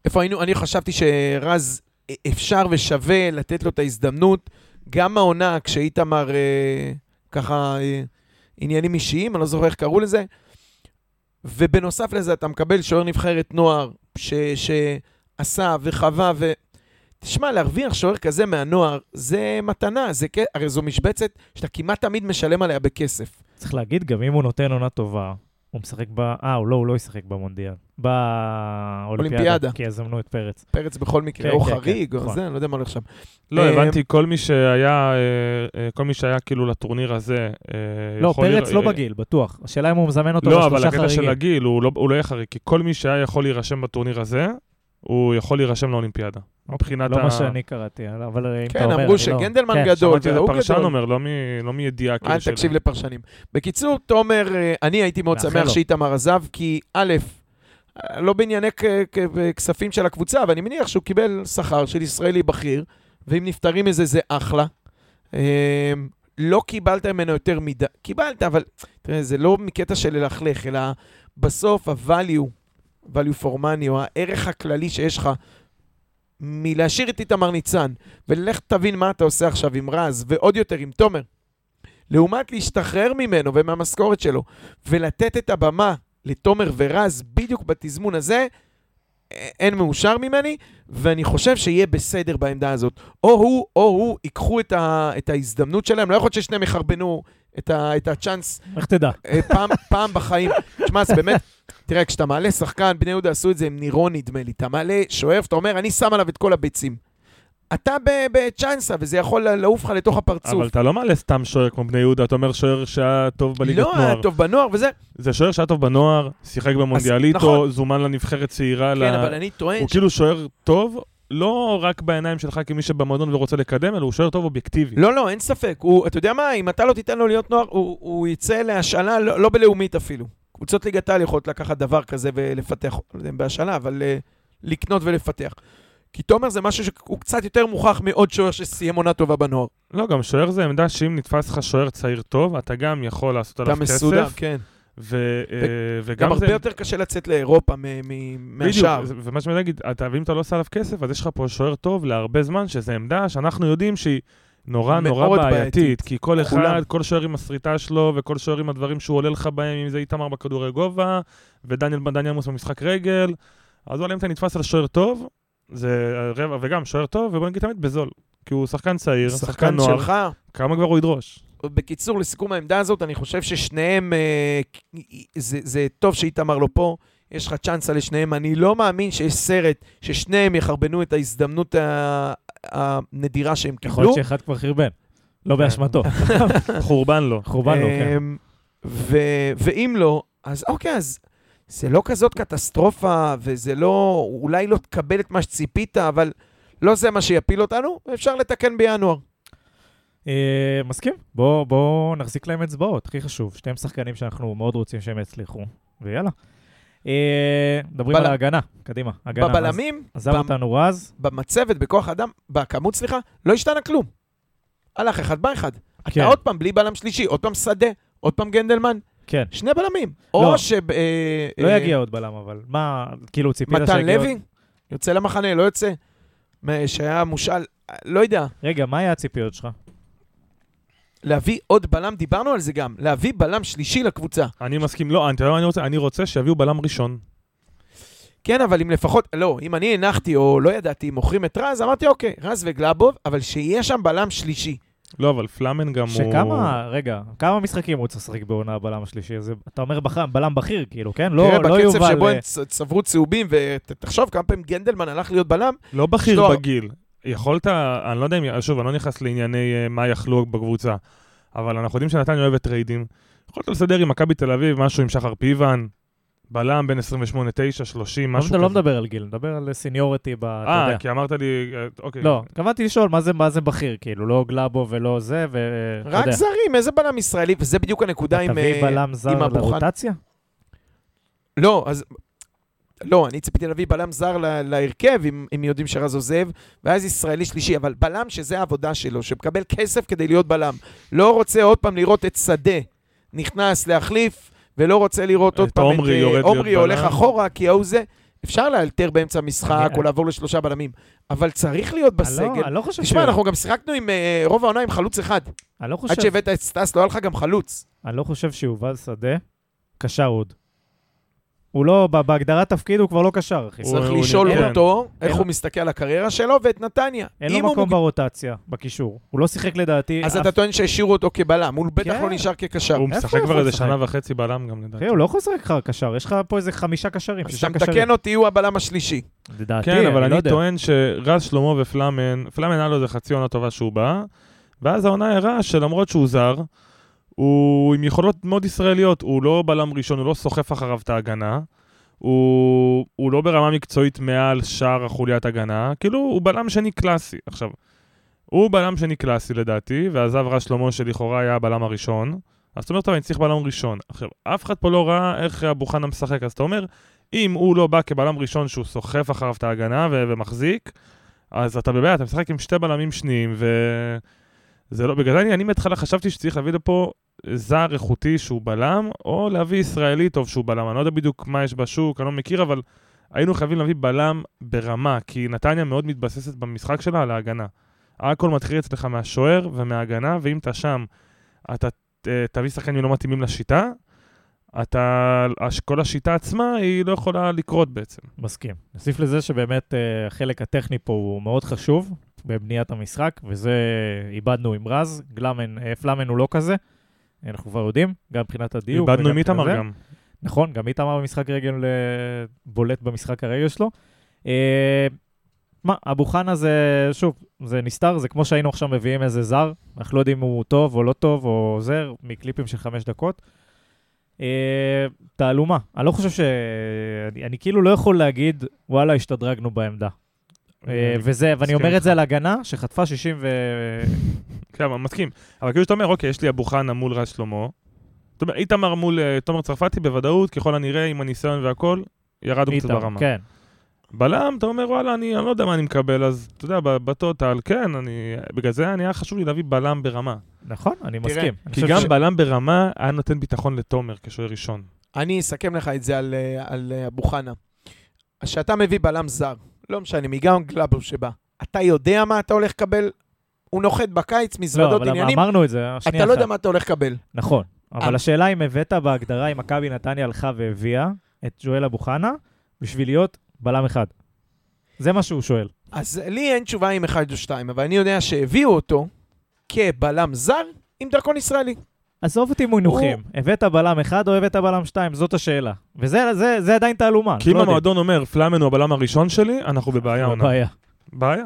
איפה היינו? אני חשבתי שרז אפשר ושווה לתת לו את ההזדמנות, גם העונה, כשאיתמר ככה עניינים אישיים, אני לא זוכר איך קראו לזה, ובנוסף לזה אתה מקבל שוער נבחרת נוער, שעשה וחווה, תשמע, להרוויח שוער כזה מהנוער, זה מתנה, הרי זו משבצת שאתה כמעט תמיד משלם עליה בכסף. צריך להגיד, גם אם הוא נותן עונה טובה, הוא משחק הוא לא ישחק במונדיאל. באולימפיאדה. כי יזמנו את פרץ. פרץ בכל מקרה, או חריג, או זה, אני לא יודע מה הולך שם. לא, הבנתי, כל מי שהיה כאילו לטורניר הזה, לא, פרץ לא בגיל, בטוח. השאלה אם הוא מזמן אותו לשלושה חריגים. לא, אבל הקטע של הגיל, הוא לא יהיה חריג, כי כל מי שהיה יכול להירשם בטורניר הזה, הוא יכול להירשם לאולימפיאדה. לא מה שאני קראתי, אבל אם אתה כן, אומר... אמרו שגנדלמן גדול, שמעתי את הפרשן אומר, לא מידיעה. אל תקשיב לפרשנים. בקיצור, תומר, אני הייתי מאוד שמח שאיתמר עזב, כי א', לא בענייני כספים של הקבוצה, אבל אני מניח שהוא קיבל שכר של ישראלי בכיר, ואם נפטרים מזה זה אחלה. לא קיבלת ממנו יותר מידה. קיבלת, אבל תראה, זה לא מקטע של ללכלך, אלא בסוף value for money, או הערך הכללי שיש לך, מלהשאיר את איתמר ניצן, וללך תבין מה אתה עושה עכשיו עם רז, ועוד יותר עם תומר, לעומת להשתחרר ממנו ומהמשכורת שלו, ולתת את הבמה לתומר ורז בדיוק בתזמון הזה, אין מאושר ממני, ואני חושב שיהיה בסדר בעמדה הזאת. או הוא ייקחו את ההזדמנות שלהם, לא יכול להיות ששניהם יחרבנו את הצ'אנס. איך תדע? פעם בחיים. תשמע, זה באמת, תראה, כשאתה מעלה שחקן, בני יהודה עשו את זה עם נירון נדמה לי, אתה מעלה שואף, אתה אומר, אני שם עליו את כל הביצים. אתה בצ'אנסה, וזה יכול לעוף לך לתוך הפרצוף. אבל אתה לא מעלה סתם שוער כמו בני יהודה, אתה אומר שוער שהיה טוב בליגת נוער. לא, היה טוב בנוער, וזה... זה שוער שהיה טוב בנוער, שיחק במונדיאליטו, זומן לנבחרת צעירה. כן, אבל אני טוען... הוא כאילו שוער טוב, לא רק בעיניים שלך כמי שבמועדון ורוצה לקדם, אלא הוא שוער טוב אובייקטיבי. לא, אין ספק. אתה יודע מה, אם אתה לא תיתן לו להיות נוער, הוא יצא להשאלה, לא בלאומית אפילו. קבוצות ליגת העל יכולות לקחת דבר כזה ולפתח, בהשאלה, אבל לקנות ולפתח. כי תומר זה משהו שהוא קצת יותר מוכח מעוד שוער שסיים עונה טובה בנוער. לא, גם שוער זה עמדה שאם נתפס לך שוער צעיר טוב, אתה גם יכול לעשות עליו כסף. אתה מסודר, כן. וגם הרבה יותר קשה לצאת לאירופה מהשאר. ומה שאני להגיד, ואם אתה לא עושה עליו כסף, אז יש לך פה שוער טוב להרבה זמן, שזו עמדה שאנחנו יודעים שהיא נורא בעייתית, כי כל אחד, כל שוער עם הסריטה שלו, וכל שוער עם הדברים שהוא עולה לך בהם, אם זה איתמר בכדורי גובה, ודניאל מוס במשחק רגל, אז הוא עליהם אתה נתפס על שוער טוב, וגם שוער טוב, ובוא נגיד תמיד בזול, כי הוא שחקן צעיר, שחקן נוער, שלך. כמה כבר הוא ידרוש. בקיצור, לסיכום העמדה הזאת, אני חושב ששניהם, זה טוב שאיתמר לא פה, יש לך צ'אנסה לשניהם, אני לא מאמין שיש סרט ששניהם יחרבנו את ההזדמנות הנדירה שהם קיבלו. יכול להיות שאחד כבר חרבן, לא באשמתו. חורבן לו, כן. ואם לא, אז אוקיי, אז זה לא כזאת קטסטרופה, וזה לא, אולי לא תקבל את מה שציפית, אבל לא זה מה שיפיל אותנו, ואפשר לתקן בינואר. מסכים, בוא נחזיק להם אצבעות, הכי חשוב, שתיים שחקנים שאנחנו מאוד רוצים שהם יצליחו, ויאללה. מדברים על ההגנה, קדימה. בבלמים, עזב אותנו רז. במצבת, בכוח אדם, בכמות, סליחה, לא השתנה כלום. הלך אחד באחד. אתה עוד פעם בלי בלם שלישי, עוד פעם שדה, עוד פעם גנדלמן. כן. שני בלמים. או לא יגיע עוד בלם, אבל מה, כאילו ציפית שיגיע עוד... מתן לוי? יוצא למחנה, לא יוצא. שהיה מושאל, לא יודע. רגע, מה היה הציפיות שלך? להביא עוד בלם, דיברנו על זה גם, להביא בלם שלישי לקבוצה. אני מסכים, לא, אני רוצה שיביאו בלם ראשון. כן, אבל אם לפחות, לא, אם אני הנחתי או לא ידעתי, מוכרים את רז, אמרתי אוקיי, רז וגלאבוב, אבל שיהיה שם בלם שלישי. לא, אבל פלאמן גם הוא... כמה משחקים הוא צריך לשחק בעונה הבלם השלישי? אתה אומר בלם בכיר, כאילו, כן? תראה, בקצב שבו הם צברו צהובים, ותחשוב כמה פעמים גנדלמן הלך להיות בלם. לא בכיר בגיל. יכולת, אני לא יודע אם, שוב, אני לא נכנס לענייני מה יכלו בקבוצה, אבל אנחנו יודעים שנתן אוהב את טריידים. יכולת לסדר עם מכבי תל אביב, משהו עם שחר פיוון, בלם בין 28, 9, 30, משהו כזה. לא מדבר על גיל, מדבר על סיניוריטי, אתה יודע. כי אמרת לי, אוקיי. לא, קבעתי לשאול מה זה בכיר, כאילו, לא גלאבו ולא זה, רק זרים, איזה בלם ישראלי, וזה בדיוק הנקודה עם תביא בלם זר לרוטציה? לא, אז... לא, אני ציפיתי להביא בלם זר להרכב, אם יודעים שרז עוזב, ואז ישראלי שלישי, אבל בלם שזה העבודה שלו, שמקבל כסף כדי להיות בלם. לא רוצה עוד פעם לראות את שדה נכנס להחליף, ולא רוצה לראות עוד פעם את עומרי הולך אחורה, כי הוא זה, אפשר לאלתר באמצע המשחק, או לעבור ל3 בלמים, אבל צריך להיות בסגל. אני לא חושב תשמע, אנחנו גם שיחקנו עם רוב העונה עם חלוץ אחד. עד שהבאת את סטאס, לא היה לך גם חלוץ. אני לא חושב שיובל שדה קשר עוד. הוא לא, בהגדרת תפקיד הוא כבר לא קשר, אחי. צריך לשאול אותו איך הוא מסתכל על הקריירה שלו, ואת נתניה. אין לו מקום ברוטציה, בקישור. הוא לא שיחק לדעתי... אז אתה טוען שהשאירו אותו כבלם, הוא בטח לא נשאר כקשר. הוא משחק כבר איזה 1.5 שנה בלם גם לדעתי. הוא לא יכול לשחק לך קשר, יש לך פה איזה 5 קשרים, 6 קשרים. אתה מתקן אותי, הוא הבלם השלישי. לדעתי, כן, אבל אני טוען שרז שלמה ופלאמן היה לו איזה חצי עונה טובה שהוא בא, ואז העונה הראה שלמרות שהוא זר, הוא עם יכולות מאוד ישראליות, הוא לא בלם ראשון, הוא לא סוחף אחריו את ההגנה, הוא לא ברמה מקצועית מעל שער החוליית הגנה, כאילו הוא בלם שני קלאסי. עכשיו, הוא בלם שני קלאסי לדעתי, ועזב רז שלמה שלכאורה היה הבלם הראשון, אז אתה אומר, טוב, אני צריך בלם ראשון. עכשיו, אף אחד פה לא ראה איך אבו חנה משחק, אז אתה אומר, אם הוא לא בא כבלם ראשון שהוא סוחף אחריו את ההגנה ומחזיק, אז אתה בבעיה, אתה משחק עם 2 בלמים שניים, וזה לא, בגלל זה אני מתחלה חשבתי שצריך להביא לפה זר איכותי שהוא בלם, או להביא ישראלי טוב שהוא בלם. אני לא יודע בדיוק מה יש בשוק, אני לא מכיר, אבל היינו חייבים להביא בלם ברמה, כי נתניה מאוד מתבססת במשחק שלה על ההגנה. הכל מתחיל אצלך מהשוער ומההגנה, ואם אתה שם, אתה תביא שחקנים לא מתאימים לשיטה, כל השיטה עצמה היא לא יכולה לקרות בעצם. מסכים. נוסיף לזה שבאמת החלק הטכני פה הוא מאוד חשוב בבניית המשחק, וזה איבדנו עם רז, פלאמן הוא לא כזה, אנחנו כבר יודעים, גם מבחינת הדיוק. איבדנו עם איתמר גם. נכון, גם איתמר במשחק רגל בולט במשחק הרגל שלו. מה, אבו חנה זה, שוב, זה נסתר, זה כמו שהיינו עכשיו מביאים איזה זר, אנחנו לא יודעים אם הוא טוב או לא טוב או עוזר, מקליפים של 5 דקות. תעלומה. אני לא חושב אני כאילו לא יכול להגיד, וואלה, השתדרגנו בעמדה. ואני אומר את זה על הגנה, שחטפה 60 כן, מסכים. אבל כאילו שאתה אומר, אוקיי, יש לי אבו חנה מול רז שלמה, זאת אומרת, איתמר מול תומר צרפתי בוודאות, ככל הנראה, עם הניסיון והכל, ירדנו קצת ברמה. כן. בלם, אתה אומר, וואלה, אני לא יודע מה אני מקבל, אז אתה יודע, בטוטל, כן, בגלל זה היה חשוב לי להביא בלם ברמה. נכון, אני מסכים. כי גם בלם ברמה היה נותן ביטחון לתומר כשוער ראשון. אני אסכם לך את זה על אבו חנה. שאתה מביא בלם זר, לא משנה, מגם גלאבר שבא, אתה יודע מה אתה הולך לקבל? הוא נוחת בקיץ, מזוודות עניינים. אבל אמרנו את זה, אתה לא יודע מה אתה הולך לקבל. נכון, אבל השאלה אם הבאת בהגדרה, אם מכבי נתניה הלכה והביאה את ג'ואל אבו חנה, בשביל להיות בלם אחד. זה מה שהוא שואל. אז לי אין תשובה עם 1 או 2, אבל אני יודע שהביאו אותו כבלם זר עם דרכון ישראלי. עזוב אותי מוינוחים. הבאת בלם 1 או הבאת בלם 2? זאת השאלה. וזה עדיין תעלומה. כי אם המועדון אומר, פלאמן הוא הבלם הראשון שלי, אנחנו בבעיה עונה. בעיה.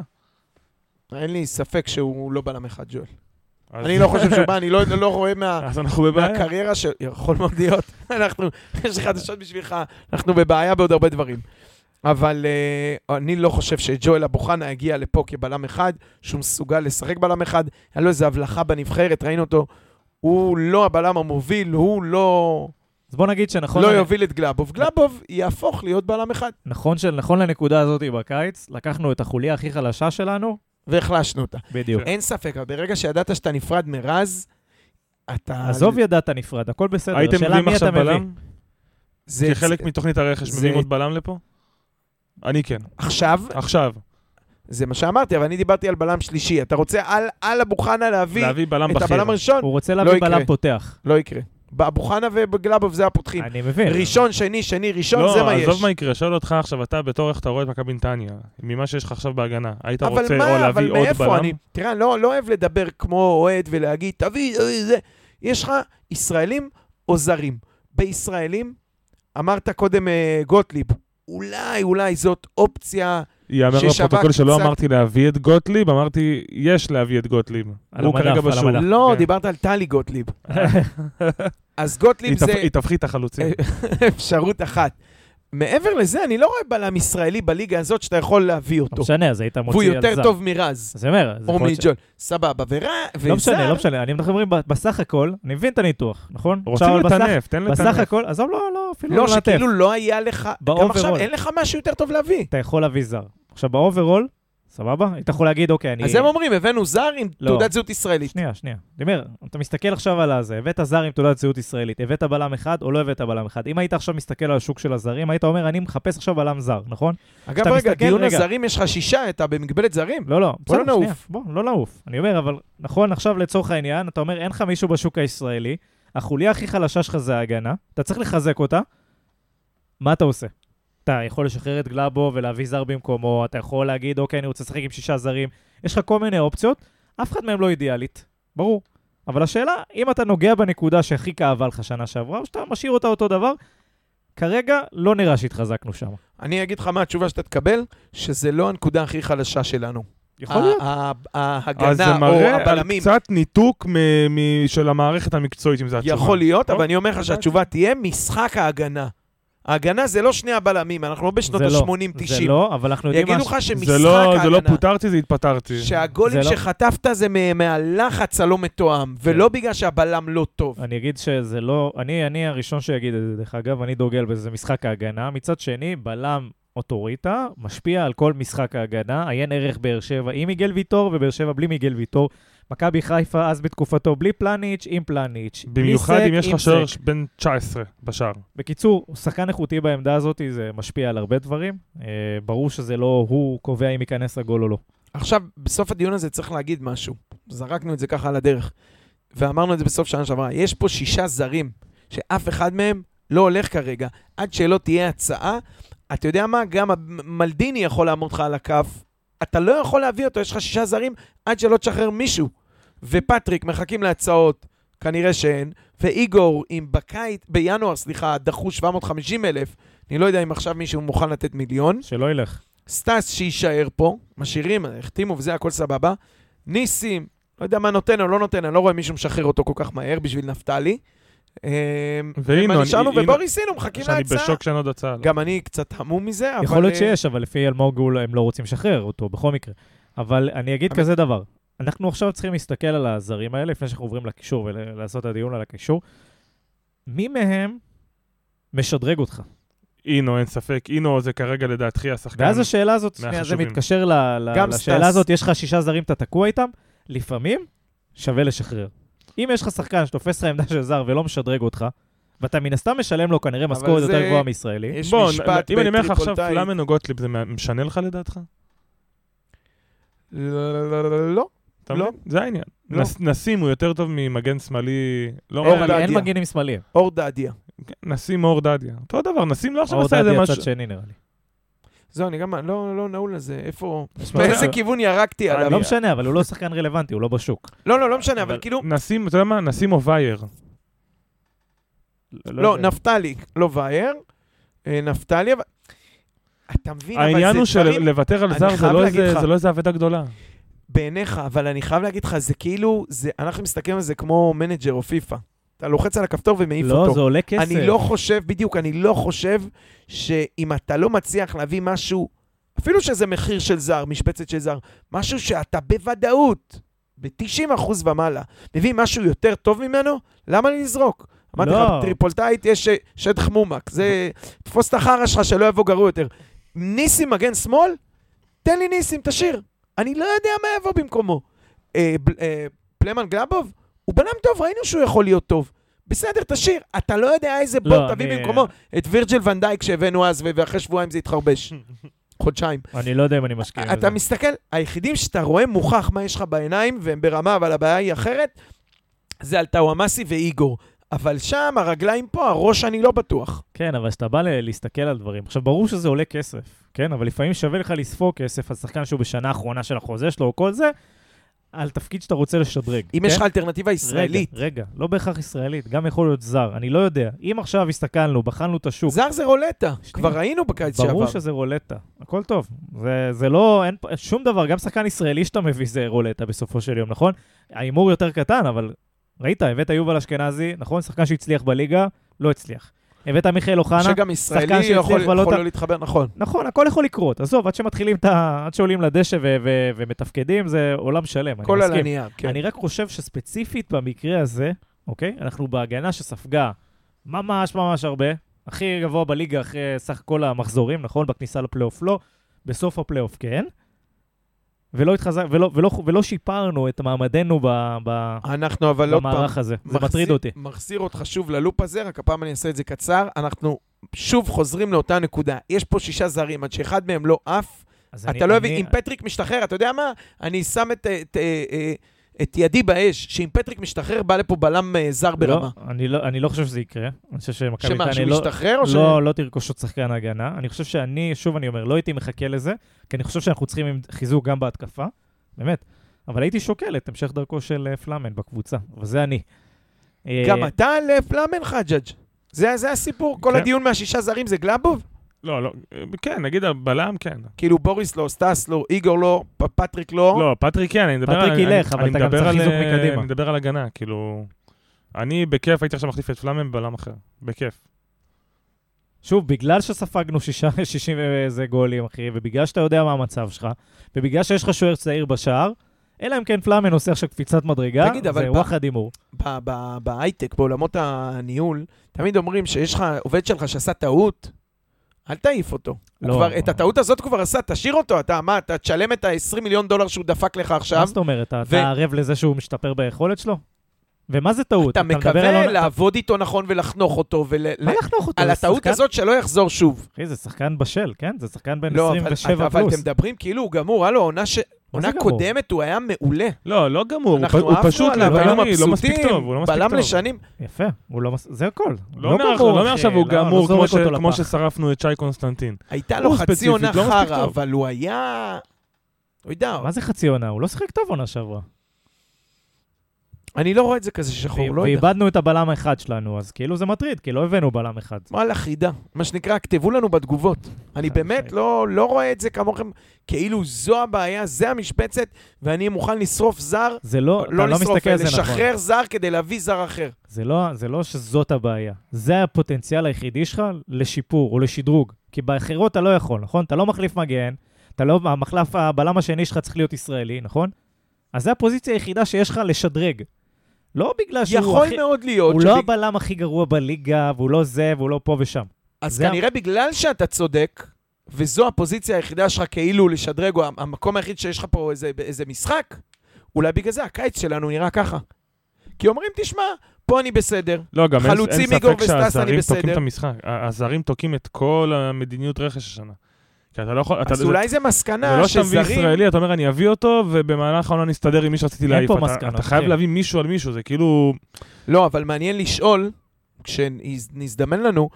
אין לי ספק שהוא לא בלם 1, ג'ואל. אני לא חושב שהוא בא, אני לא רואה מהקריירה שיכול מאוד להיות. יש לי חדשות בשבילך, אנחנו בבעיה בעוד הרבה דברים. אבל אני לא חושב שג'ואל אבו חנה הגיע לפה כבלם 1, שהוא מסוגל לשחק בלם 1, היה לו איזו הבלחה בנבחרת, ראינו אותו, הוא לא הבלם המוביל, הוא לא... אז בוא נגיד שנכון... לא יוביל את גלאבוב. גלאבוב יהפוך להיות בלם 1. נכון לנקודה הזאת בקיץ, לקחנו את החוליה הכי חלשה שלנו, והחלשנו אותה. בדיוק. אין ספק, אבל ברגע שידעת שאתה נפרד מרז, אתה... עזוב ידעת נפרד, הכל בסדר. הייתם מביאים עכשיו בלם? זה כחלק מתוכנית הרכש מביאים עוד בלם לפה? אני כן. עכשיו. זה מה שאמרתי, אבל אני דיברתי על בלם שלישי. אתה רוצה על אבו חנה להביא את הבלם הראשון? הוא רוצה להביא בלם פותח. לא יקרה. באבו חנה ובגלאבוב זה הפותחים. אני מבין. ראשון, שני, ראשון, זה מה יש. לא, עזוב מה יקרה. שואל אותך עכשיו, אתה בתור איך אתה רואה את מכבי נתניה, ממה שיש לך עכשיו בהגנה. היית רוצה או להביא עוד בלם? תראה, אני לא אוהב לדבר כמו אוהד ולהגיד, תביא, זה. יש לך ישראלים או זרים. בישראלים, אמרת קודם גוטליב, אולי זאת אופציה יאמר בפרוטוקול שלא אמרתי להביא את גוטליב, אמרתי יש להביא את גוטליב. הוא כרגע בשוק. לא, דיברת על טלי גוטליב. אז גוטליב זה... היא תפחית החלוצים. אפשרות אחת. מעבר לזה, אני לא רואה בלם ישראלי בליגה הזאת שאתה יכול להביא אותו. לא משנה, אז היית מוציא על זר. והוא יותר טוב מרז. זה אומר. או מג'ול. סבבה, לא משנה. אני מדברים בסך הכל, אני מבין את הניתוח, נכון? רוצים לטנף, תן לטנף. בסך הכל, עזוב לא, אפילו לא לטנף. שכאילו לא היה לך, גם עכשיו אין לך משהו יותר טוב להביא. אתה יכול להביא זר. עכשיו, באוברול, סבבה? היית יכול להגיד, אוקיי, אני... אז הם אומרים, הבאנו זר עם תעודת זהות ישראלית. שנייה. אני אומר, אתה מסתכל עכשיו על הזה, הבאת זר עם תעודת זהות ישראלית, הבאת בלם אחד או לא הבאת בלם אחד. אם היית עכשיו מסתכל על השוק של הזרים, היית אומר, אני מחפש עכשיו בלם זר, נכון? אגב, רגע, דיון הזרים יש לך 6, אתה במגבלת זרים? לא, בוא לא נעוף. בוא, לא נעוף. אני אומר, אבל נכון, עכשיו לצורך העניין, אתה אומר, אין לך מישהו בשוק הישראלי, החוליה הכי חלשה שלך זה ההגנה, אתה צריך לחזק אותה, מה אתה עושה? אתה יכול לשחרר את גלאבו ולהביא זר במקומו, אתה יכול להגיד, אוקיי, אני רוצה לשחק עם 6 זרים, יש לך כל מיני אופציות, אף אחד מהם לא אידיאלית, ברור. אבל השאלה, אם אתה נוגע בנקודה שהכי כאבה לך שנה שעברה, או שאתה משאיר אותה אותו דבר, כרגע לא נראה שהתחזקנו שם. אני אגיד לך מה התשובה שאתה תקבל, שזה לא הנקודה הכי חלשה שלנו. יכול להיות. ההגנה או הבלמים. אז זה מראה קצת ניתוק של המערכת המקצועית, אם זה התשובה. יכול להיות, אבל אני אומר לך שהתשובה תהיה משחק ההגנה. ההגנה זה לא שני הבלמים, אנחנו לא בשנות ה-80-90. זה לא, אבל אנחנו יודעים יגידו לך שמשחק ההגנה... זה לא פוטרתי, זה התפתרתי. שהגולים שחטפת זה מהלחץ הלא מתואם, ולא בגלל שהבלם לא טוב. אני אגיד שזה לא... אני הראשון שיגיד את זה, דרך אגב, אני דוגל בזה משחק ההגנה. מצד שני, בלם אוטוריטה משפיע על כל משחק ההגנה. עיין ערך באר שבע עם מיגל ויטור, ובאר שבע בלי מיגל ויטור. מכבי חיפה אז בתקופתו בלי פלניץ' עם פלניץ'. במיוחד אם יש לך שוער בן 19 בשער. בקיצור, שחקן איכותי בעמדה הזאת, זה משפיע על הרבה דברים. ברור שזה לא הוא קובע אם ייכנס לגול או לא. עכשיו, בסוף הדיון הזה צריך להגיד משהו. זרקנו את זה ככה על הדרך. ואמרנו את זה בסוף שנה שעברה. יש פה 6 זרים, שאף אחד מהם לא הולך כרגע. עד שלא תהיה הצעה, אתה יודע מה? גם מלדיני יכול לעמוד לך על הכף. אתה לא יכול להביא אותו, יש לך 6 זרים, עד שלא תשחרר מישהו. ופטריק מחכים להצעות, כנראה שאין, ואיגור עם בינואר, דחו 750,000, אני לא יודע אם עכשיו מישהו מוכן לתת 1,000,000. שלא ילך. סטס שישאר פה, משאירים, החתימו וזה הכל סבבה. ניסים, לא יודע מה נותן או לא נותן, אני לא רואה מישהו משחרר אותו כל כך מהר בשביל נפתלי. ובוריס אינו מחכים להצעה. שאני בשוק שאין עוד הצעה. גם אני קצת המום מזה, אבל... יכול להיות שיש, אבל לפי אלמוג הם לא רוצים לשחרר אותו, בכל מקרה. אבל אני אגיד כזה דבר. אנחנו עכשיו צריכים להסתכל על הזרים האלה, לפני שאנחנו עוברים לקישור ולעשות את הדיון על הקישור. מי מהם משדרג אותך? אינו, אין ספק. אינו זה כרגע לדעתכי השחקן. ואז השאלה הזאת, זה מתקשר לשאלה הזאת, יש לך 6 זרים, אתה תקוע איתם, לפעמים שווה לשחרר. אם יש לך שחקן שתופס לך עמדה של זר ולא משדרג אותך, ואתה מן הסתם משלם לו כנראה משכורת יותר גבוהה מישראלי. בוא, אם אני אומר לך עכשיו פלאמן או גוטליב, זה משנה לך לדעתך? לא. לא, זה העניין. נסים הוא יותר טוב ממגן שמאלי. אין מגנים שמאליים. אור דדיה. נסים אור דדיה. אותו דבר, נסים לא עכשיו עשה איזה משהו. אור דדיה צד שני נראה לי. זהו, אני גם לא נעול לזה. איפה... באיזה כיוון ירקתי עליו. לא משנה, אבל הוא לא שחקן רלוונטי, הוא לא בשוק. לא משנה, אבל כאילו... נסים, אתה יודע מה? נסים או וייר. לא, נפתלי, לא וייר. נפתלי, אבל... אתה מבין, אבל זה... העניין הוא שלוותר על זר זה לא איזה עבודה גדולה. בעיניך, אבל אני חייב להגיד לך, זה כאילו, אנחנו מסתכלים על זה כמו מנג'ר או פיפה. אתה לוחץ על הכפתור ומעיף אותו. לא, זה עולה כסף. אני לא חושב, בדיוק, אני לא חושב שאם אתה לא מצליח להביא משהו, אפילו שזה מחיר של זר, משבצת של זר, משהו שאתה בוודאות, ב-90% ומעלה, מביא משהו יותר טוב ממנו, למה לי לזרוק? אמרתי לך, בטריפולטאית יש שד חמומק, זה תפוס את החרא שלך שלא יבוא גרוע יותר. ניסים מגן שמאל? תן לי ניסים, תשאיר. אני לא יודע מה יבוא במקומו. פלמן גלאבוב? הוא בלם טוב, ראינו שהוא יכול להיות טוב. בסדר, תשאיר. אתה לא יודע איזה בור תביא במקומו. את וירג'ל ונדייק שהבאנו אז, ואחרי שבועיים זה התחרבש. חודשיים. אני לא יודע אם אני משקיע בזה. אתה מסתכל, היחידים שאתה רואה מוכח מה יש לך בעיניים, והם ברמה, אבל הבעיה היא אחרת, זה על טאוואמאסי ואיגור. אבל שם, הרגליים פה, הראש אני לא בטוח. כן, אבל שאתה בא להסתכל על דברים. עכשיו, ברור שזה עולה כסף, כן? אבל לפעמים שווה לך לספור כסף, על שחקן שהוא בשנה האחרונה של החוזה שלו, או כל זה, על תפקיד שאתה רוצה לשדרג. אם יש לך אלטרנטיבה ישראלית. רגע, לא בהכרח ישראלית, גם יכול להיות זר. אני לא יודע. אם עכשיו הסתכלנו, בחנו את השוק. זר זה רולטה. כבר ראינו בקיץ שעבר. ברור שזה רולטה. הכל טוב. זה לא, אין שום דבר. גם שחקן ישראלי שאתה מביא זה רולטה בסופו של יום, נכון? האימור יותר קטן, אבל ראית, הבאת יובל אשכנזי, נכון? שחקן שהצליח בליגה, לא הצליח. הבאת מיכאל אוחנה, שגם ישראלי יכול לא להתחבר, נכון. נכון, הכל יכול לקרות. עזוב, עד שעולים לדשא ומתפקדים, זה עולם שלם. כל על הנייר, כן. אני רק חושב שספציפית במקרה הזה, אוקיי? אנחנו בהגנה שספגה ממש הרבה, הכי גבוה בליגה אחרי סך כל המחזורים, נכון? בכניסה לפלייאוף לא, בסוף הפלייאוף כן. ולא שיפרנו את מעמדנו אנחנו אבל לא במערך הזה. זה מטריד אותי. מחזיר אותך שוב ללופ הזה, רק הפעם אני אעשה את זה קצר. אנחנו שוב חוזרים לאותה נקודה. יש פה 6 זרים, עד שאחד מהם לא אף. אתה לא אוהב, אם פטריק משתחרר, אתה יודע מה? אני שם את ידי באש, שאם פטריק משתחרר, בא לפה בלם זר ברמה. אני לא חושב שזה יקרה. אני חושב שמכבי שמה, נתניה שהוא משתחרר או ש... לא תרכוש עוד שחקן הגנה. אני חושב שוב אני אומר, לא הייתי מחכה לזה, כי אני חושב שאנחנו צריכים חיזוק גם בהתקפה, באמת. אבל הייתי שוקל את המשך דרכו של פלאמן בקבוצה, וזה אני. גם אתה על פלאמן חג'אג'. זה הסיפור, כל הדיון מה6 זרים זה גלאבוב? לא, כן, נגיד בלם, כן. כאילו בוריס לא, סטס לא, איגור לא, פטריק לא. לא, פטריק כן, אני מדבר על... פטריק ילך, אבל אתה גם צריך חיזוק מקדימה. אני מדבר על הגנה, כאילו... אני בכיף הייתי עכשיו מחליף את פלאמן בבלם אחר, בכיף. שוב, בגלל שספגנו 60 ואיזה גולים, אחי, ובגלל שאתה יודע מה המצב שלך, ובגלל שיש לך שוער צעיר בשער, אלא אם כן פלאמן עושה עכשיו קפיצת מדרגה, זה וואחד הימור. בהייטק, בעולמות הניהול, תמיד אומרים שיש לך עובד שלך שעשה טעות, אל תעיף אותו. את הטעות הזאת כבר עשה, תשאיר אותו. אתה תשלם את ה$20 מיליון שהוא דפק לך עכשיו. מה זאת אומרת? אתה ערב לזה שהוא משתפר ביכולת שלו? ומה זה טעות? אתה מקווה לעבוד איתו נכון ולחנוך אותו. מה לחנוך אותו? על הטעות הזאת שלא יחזור שוב. אחי, זה שחקן בשל, כן? זה שחקן בין 27 פלוס. אבל אתם מדברים כאילו הוא גמור, עונה קודמת הוא היה מעולה. לא גמור, הוא פשוט לא מספיק טוב. בלם לשנים. יפה, זה הכל. לא אומר עכשיו הוא גמור כמו ששרפנו את שי קונסטנטין. הייתה לו חצי עונה חרה, אבל הוא היה... מה זה חצי עונה? הוא לא שיחק טוב עונה שעברה. אני לא רואה את זה כזה שחור, לא יודע. ואיבדנו את הבלם האחד שלנו, אז כאילו זה מטריד, כי לא הבאנו בלם אחד. וואלה, חידה. מה שנקרא, כתבו לנו בתגובות. אני באמת לא רואה את זה כמוכם, כאילו זו הבעיה, זה המשבצת, ואני מוכן לשרוף זר, לא לשרוף, לשחרר זר כדי להביא זר אחר. זה לא שזאת הבעיה. זה הפוטנציאל היחידי שלך לשיפור או לשדרוג. כי באחרות אתה לא יכול, נכון? אתה לא מחליף מגן, המחלף הבלם השני שלך צריך להיות ישראלי, נכון? אז זה הפוזיציה היחידה שיש לך לשדרג. לא בגלל שהוא... יכול מאוד להיות... הוא לא הבלם הכי גרוע בליגה, והוא לא זה, והוא לא פה ושם. אז כנראה בגלל שאתה צודק, וזו הפוזיציה היחידה שלך כאילו לשדרג, או המקום היחיד שיש לך פה איזה משחק, אולי בגלל זה הקיץ שלנו נראה ככה. כי אומרים, תשמע, פה אני בסדר. לא, גם חלוצים איגור וסטס אני בסדר. תוקעים את המשחק. הזרים תוקעים את כל המדיניות רכש השנה. אז אולי זה מסקנה שזרים... זה לא שאתה מביא ישראלי, אתה אומר, אני אביא אותו, ובמהלך העונה נסתדר עם מי שרציתי להעיף. אתה חייב להביא מישהו על מישהו, זה כאילו... לא, אבל מעניין לשאול, כשנזדמן לנו,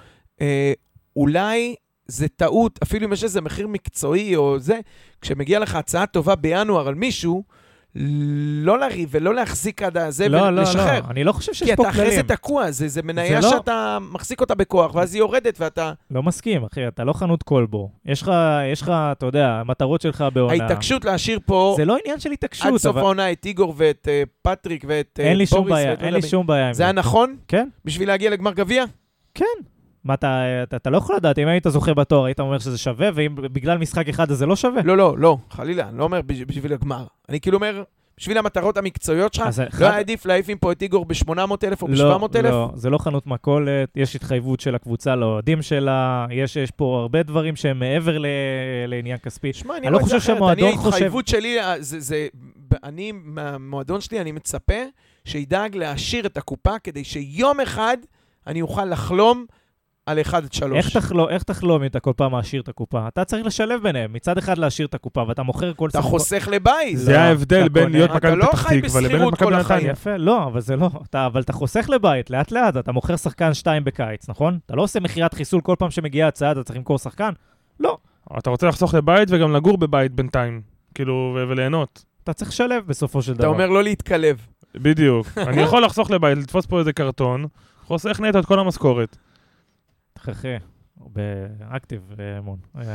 אולי זה טעות, אפילו אם יש איזה מחיר מקצועי או זה, כשמגיע לך הצעה טובה בינואר על מישהו, לא לריב ולא להחזיק עד הזה ולשחרר. לא, אני לא חושב שיש פה כללים. כללים. כי אתה אחרי זה תקוע, זה מניה שאתה מחזיק אותה בכוח, ואז היא יורדת ואתה... לא מסכים, אחי, אתה לא חנות קולבו. יש לך, אתה יודע, מטרות שלך בעונה. ההתעקשות להשאיר פה... זה לא עניין של התעקשות. עד סוף העונה את איגור ואת פטריק ואת אין לי שום בעיה, אין לי שום בעיה. זה היה נכון? כן. בשביל להגיע לגמר גביע? כן. מה אתה לא יכול לדעת, אם היית זוכה בתואר, היית אומר שזה שווה, ואם בגלל משחק אחד זה לא שווה? לא, חלילה, אני לא אומר בשביל הגמר. אני כאילו אומר, בשביל המטרות המקצועיות שלך, לא היה עדיף להעיף עם פה את איגור ב-800,000 או ב-700,000? לא, זה לא חנות מכולת, יש התחייבות של הקבוצה לאוהדים שלה, יש פה הרבה דברים שהם מעבר לעניין כספי. שמע, אני לא חושב שהמועדון חושב... ההתחייבות שלי, אני, מהמועדון שלי, אני מצפה שידאג להשאיר את הקופה, כדי שיום אחד אני אוכל לחלום על 1-3. איך תחלום אם אתה כל פעם מאשיר את הקופה? אתה צריך לשלב ביניהם. מצד אחד להשאיר את הקופה, ואתה מוכר כל... אתה חוסך לבית. זה ההבדל בין להיות מכבי פתח תקווה לבין מכבי נתניה. יפה, לא, אבל זה לא. אבל אתה חוסך לבית, לאט לאט, אתה מוכר שחקן 2 בקיץ, נכון? אתה לא עושה מכירת חיסול כל פעם שמגיעה הצעה, אתה צריך למכור שחקן? לא. אתה רוצה לחסוך לבית וגם לגור בבית בינתיים, כאילו, וליהנות. אתה צריך לשלב בסופו של דבר. אתה אומר לא להתקלב. בדיוק. אני יכול לחסוך לבית, לתפוס פה איזה קרטון, חוסך נטו את כל המשכורת. תחכה, באקטיב מון.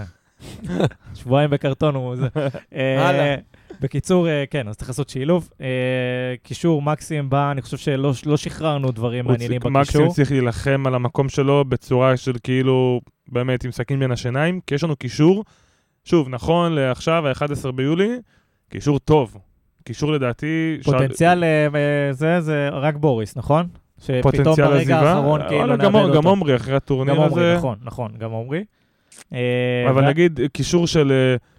שבועיים בקרטון הוא זה. בקיצור, כן, אז צריך לעשות שילוב. קישור, מקסים בא, אני חושב שלא שחררנו דברים מעניינים בקישור. מקסים צריך להילחם על המקום שלו בצורה של כאילו, באמת, עם סכין בין השיניים, כי יש לנו קישור, שוב, נכון לעכשיו, ה-11 ביולי, קישור טוב. קישור לדעתי... פוטנציאל זה רק בוריס, נכון? שפתאום ברגע האחרון כאילו נאבד אותו. גם עומרי אחרי הטורניר הזה. נכון, גם עומרי. אבל נגיד קישור של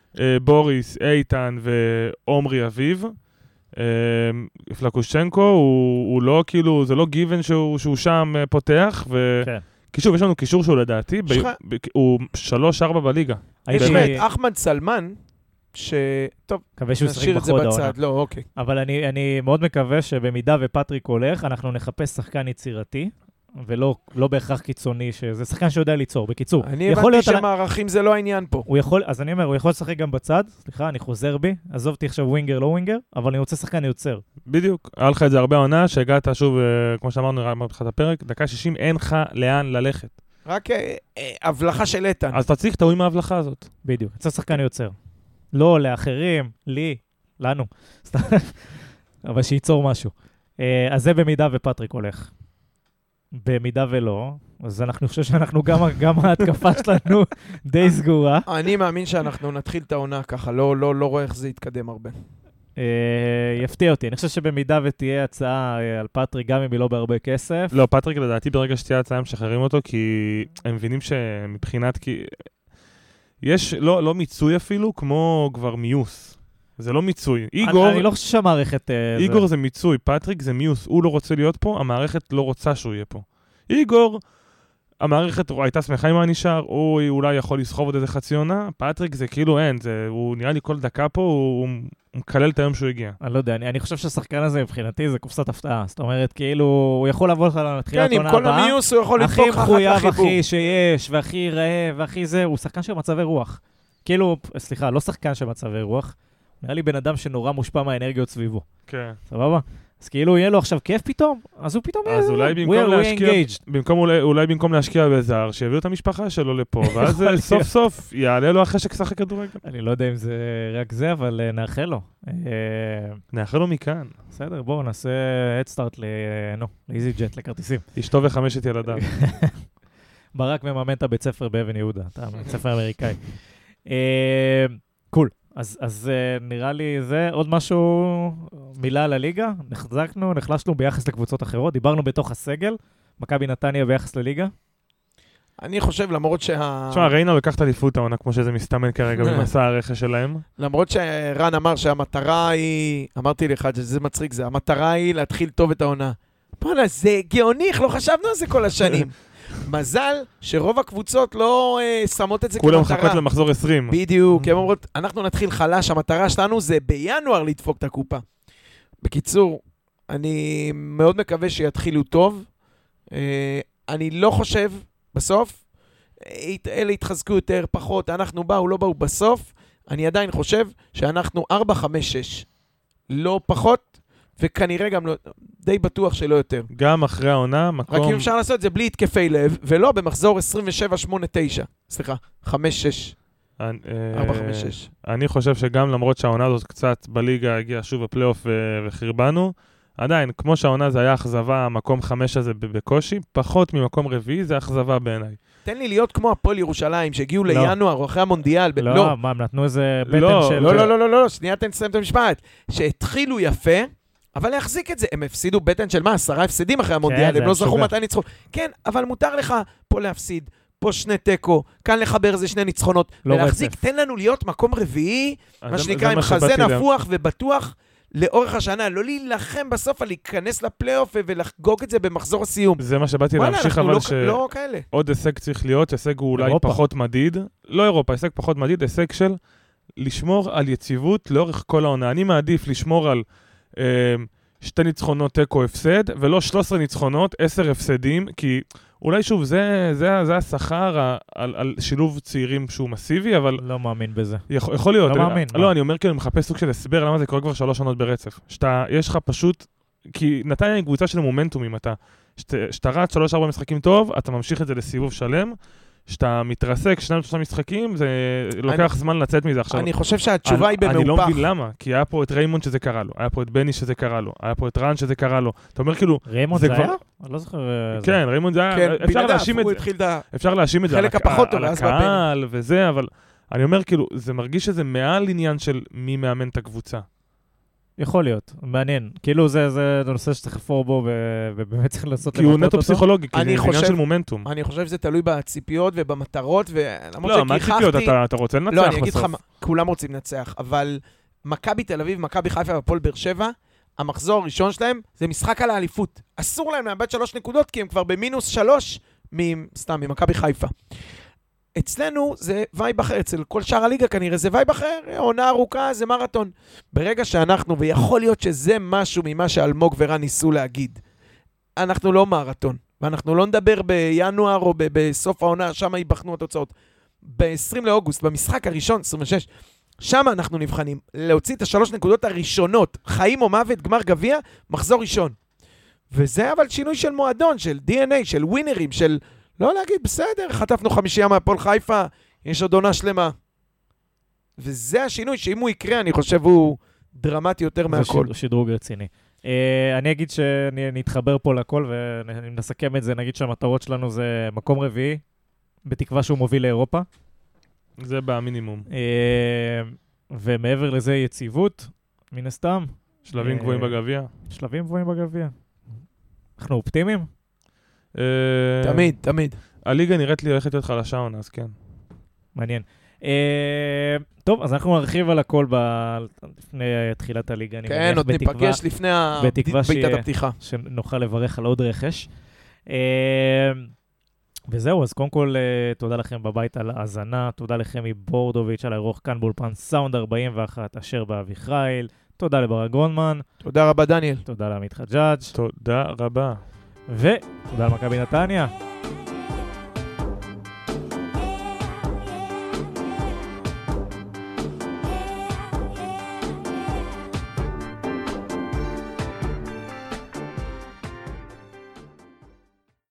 בוריס, איתן ועומרי אביב. פלקושצ'נקו הוא לא כאילו, זה לא גיוון שהוא שם פותח, כי שוב, יש לנו קישור שהוא לדעתי, הוא 3-4 בליגה. יש את אחמד סלמן, טוב, נשאיר את זה בצד, לא, אוקיי. אבל אני מאוד מקווה שבמידה ופטריק הולך, אנחנו נחפש שחקן יצירתי, ולא בהכרח קיצוני, שזה שחקן שיודע ליצור. בקיצור, אני הבנתי שמערכים זה לא העניין פה. אז אני אומר, הוא יכול לשחק גם בצד, סליחה, אני חוזר בי, עזוב אותי עכשיו ווינגר, לא ווינגר, אבל אני רוצה שחקן יוצר. בדיוק, היה לך את זה הרבה עונה, שהגעת שוב, כמו שאמרנו, בתחילת הפרק, דקה 60, אין לך לאן ללכת. רק הבלחה של איתן. אז תציג טעו עם ההבלחה הזאת. בדיוק, צריך שחקן יוצר. לא לאחרים, לי, לנו. אבל שייצור משהו. אז זה במידה ופטריק הולך. במידה ולא, אז אני חושב שאנחנו גם ההתקפה שלנו די סגורה. אני מאמין שאנחנו נתחיל את העונה ככה, לא רואה איך זה יתקדם הרבה. יפתיע אותי, אני חושב שבמידה ותהיה הצעה על פטריק, גם אם היא לא בהרבה כסף. לא, פטריק לדעתי ברגע שתהיה הצעה הם משחררים אותו, כי הם מבינים שמבחינת, יש לא מיצוי אפילו, כמו כבר מיוס. זה לא מיצוי. אני לא חושב שהמערכת... איגור זה מיצוי, פטריק זה מיוס. הוא לא רוצה להיות פה, המערכת לא רוצה שהוא יהיה פה. איגור, המערכת הייתה שמחה עם הנשאר, הוא אולי יכול לסחוב עוד איזה חצי עונה, פטריק זה כאילו אין, הוא נראה לי כל דקה פה, הוא מקלל את היום שהוא הגיע. אני לא יודע, אני חושב שהשחקן הזה מבחינתי זה קופסת הפתעה. זאת אומרת, כאילו, הוא יכול לבוא לך לתחילת עונה הבאה. כן, עם כל המיוס הוא יכול לדפוק אחת לחיבור. הכי מחויב, הכי שיש, והכי רעב, והכי זה, הוא שחקן של מצבי רוח. כאילו, סליחה, לא שחקן של מצבי רוח, נראה לי בן אדם שנורא מושפע מהאנרגיות סביבו. כן. סבבה? אז כאילו יהיה לו עכשיו כיף פתאום, אז הוא פתאום יהיה... אז אולי במקום להשקיע בזר, שיביאו את המשפחה שלו לפה, ואז סוף סוף יעלה לו אחרי ששחק כדורגל. אני לא יודע אם זה רק זה, אבל נאחל לו. נאחל לו מכאן. בסדר, בואו נעשה הדסטארט לאיזי ג'ט, לכרטיסים. אשתו וחמשת ילדיו. ברק מממן את הבית ספר באבן יהודה, אתה בית ספר אמריקאי. קול. אז נראה לי זה עוד משהו, מילה על הליגה, נחלשנו ביחס לקבוצות אחרות, דיברנו בתוך הסגל, מכבי נתניה ביחס לליגה. אני חושב, למרות תשמע, ריינה לקח את אליפות העונה, כמו שזה מסתמן כרגע במסע הרכש שלהם. למרות שרן אמר שהמטרה היא, אמרתי לך שזה מצחיק, המטרה היא להתחיל טוב את העונה. בוא'נה, זה גאוני, לא חשבנו על זה כל השנים. מזל שרוב הקבוצות לא שמות את זה כמטרה. כולם חכות למחזור 20. בדיוק, הם אומרות, אנחנו נתחיל חלש, המטרה שלנו זה בינואר לדפוק את הקופה. בקיצור, אני מאוד מקווה שיתחילו טוב. אני לא חושב, בסוף, אלה יתחזקו יותר, פחות, אנחנו באו, לא באו, בסוף, אני עדיין חושב שאנחנו 4-5-6. לא פחות, וכנראה גם לא, די בטוח שלא יותר. גם אחרי העונה, מקום... רק אם אפשר לעשות את זה בלי התקפי לב, ולא במחזור 27-8-9. סליחה, 5-6. 4-5-6. אני חושב שגם למרות שהעונה הזאת קצת בליגה הגיעה שוב בפלייאוף וחרבנו, עדיין, כמו שהעונה זה היה אכזבה, המקום 5 הזה בקושי, פחות ממקום רביעי זה אכזבה בעיניי. תן לי להיות כמו הפועל ירושלים, שהגיעו לינואר או אחרי המונדיאל. לא, מה, הם נתנו איזה בטן של... לא, שנייה תן לסיים את המשפט. שהתחילו יפה, אבל להחזיק את זה. הם הפסידו בטן של מה? 10 הפסידים אחרי המונדיאל, הם לא זכו מתי ניצחו. כן, אבל מותר לך פה להפסיד, פה 2 טקו, כאן לחבר איזה 2 ניצחונות, ולהחזיק, תן לנו להיות מקום רביעי, מה שנקרא עם חזה נפוח ובטוח, לאורך השנה, לא להילחם בסוף על להיכנס לפלייאוף ולחגוג את זה במחזור הסיום. זה מה שבאתי להמשיך, אבל שעוד הישג צריך להיות, הישג הוא אולי פחות מדיד, לא אירופה, הישג פחות מדיד, הישג של לשמור על יציבות לאורך כל העונה. אני מעדיף לשמור על 2 ניצחונות תיקו הפסד, ולא 13 ניצחונות, 10 הפסדים, כי אולי שוב, זה השכר על שילוב צעירים שהוא מסיבי, אבל... לא מאמין בזה. יכול להיות. לא מאמין. לא, אני אומר כאילו, אני מחפש סוג של הסבר, למה זה קורה כבר 3 שנות ברצף. יש לך פשוט... כי נתניה היא קבוצה של מומנטומים, שאתה רץ 3-4 משחקים טוב, אתה ממשיך את זה לסיבוב שלם, שאתה מתרסק 2-3 משחקים, זה לוקח זמן לצאת מזה עכשיו. אני חושב שהתשובה היא במהופך. אני לא מבין למה, כי היה פה את ריימונד שזה קרה לו, היה פה את בני שזה קרה לו, היה פה את רן שזה קרה לו. אתה אומר כאילו... ריימונד זה היה? אני לא זוכר... כן, ריימונד זה היה... אפשר להאשים את זה על הקהל וזה, אבל אני אומר כאילו, זה מרגיש שזה מעל עניין של מי מאמן את הקבוצה. יכול להיות, מעניין. כאילו זה נושא שצריך לפור בו, ובאמת צריך לעשות כי הוא נטו פסיכולוגי, כי זה עניין של מומנטום. אני חושב שזה תלוי בציפיות ובמטרות, לא, מה ציפיות? אתה רוצה לנצח בסוף. לא, אני אגיד לך, כולם רוצים לנצח, אבל מכבי תל אביב, מכבי חיפה והפועל באר שבע, המחזור הראשון שלהם זה משחק על האליפות. אסור להם לאבד 3 נקודות, כי הם כבר במינוס 3 ממכבי חיפה. אצלנו זה וייב אחר, אצל כל שאר הליגה כנראה זה וייב אחר, עונה ארוכה, זה מרתון. ברגע שאנחנו, ויכול להיות שזה משהו ממה שאלמוג ורן ניסו להגיד, אנחנו לא מרתון, ואנחנו לא נדבר בינואר או בסוף העונה, שם ייבחנו התוצאות. ב-20 לאוגוסט, במשחק הראשון, 26, שם אנחנו נבחנים, להוציא את 3 נקודות הראשונות, חיים או מוות, גמר גביע, מחזור ראשון. וזה אבל שינוי של מועדון, של DNA, של ווינרים, של לא להגיד, בסדר, חטפנו 5 מהפועל חיפה, יש עוד עונה שלמה. וזה השינוי, שאם הוא יקרה, אני חושב הוא דרמטי יותר מהכל. זה שדרוג רציני. אני אגיד שנתחבר פה לכל, ונסכם את זה, נגיד שהמטרות שלנו זה מקום רביעי, בתקווה שהוא מוביל לאירופה. זה במינימום. ומעבר לזה יציבות, מן הסתם. שלבים גבוהים בגביע. שלבים גבוהים בגביע. אנחנו אופטימיים? תמיד. הליגה נראית לי הולכת להיות חלשה עונה, אז כן. מעניין. טוב, אז אנחנו נרחיב על הכל לפני תחילת הליגה. כן, עוד ניפגש לפני בעיטת הפתיחה. שנוכל לברך על עוד רכש. וזהו, אז קודם כל, תודה לכם בבית על ההאזנה, תודה לכם מבורדוביץ' על האירוח כאן באולפן סאונד 41, אשר באביחיל, תודה לברק גרונמן. תודה רבה, דניאל. תודה לעמית חג'אג'. תודה רבה. ותודה למכבי נתניה.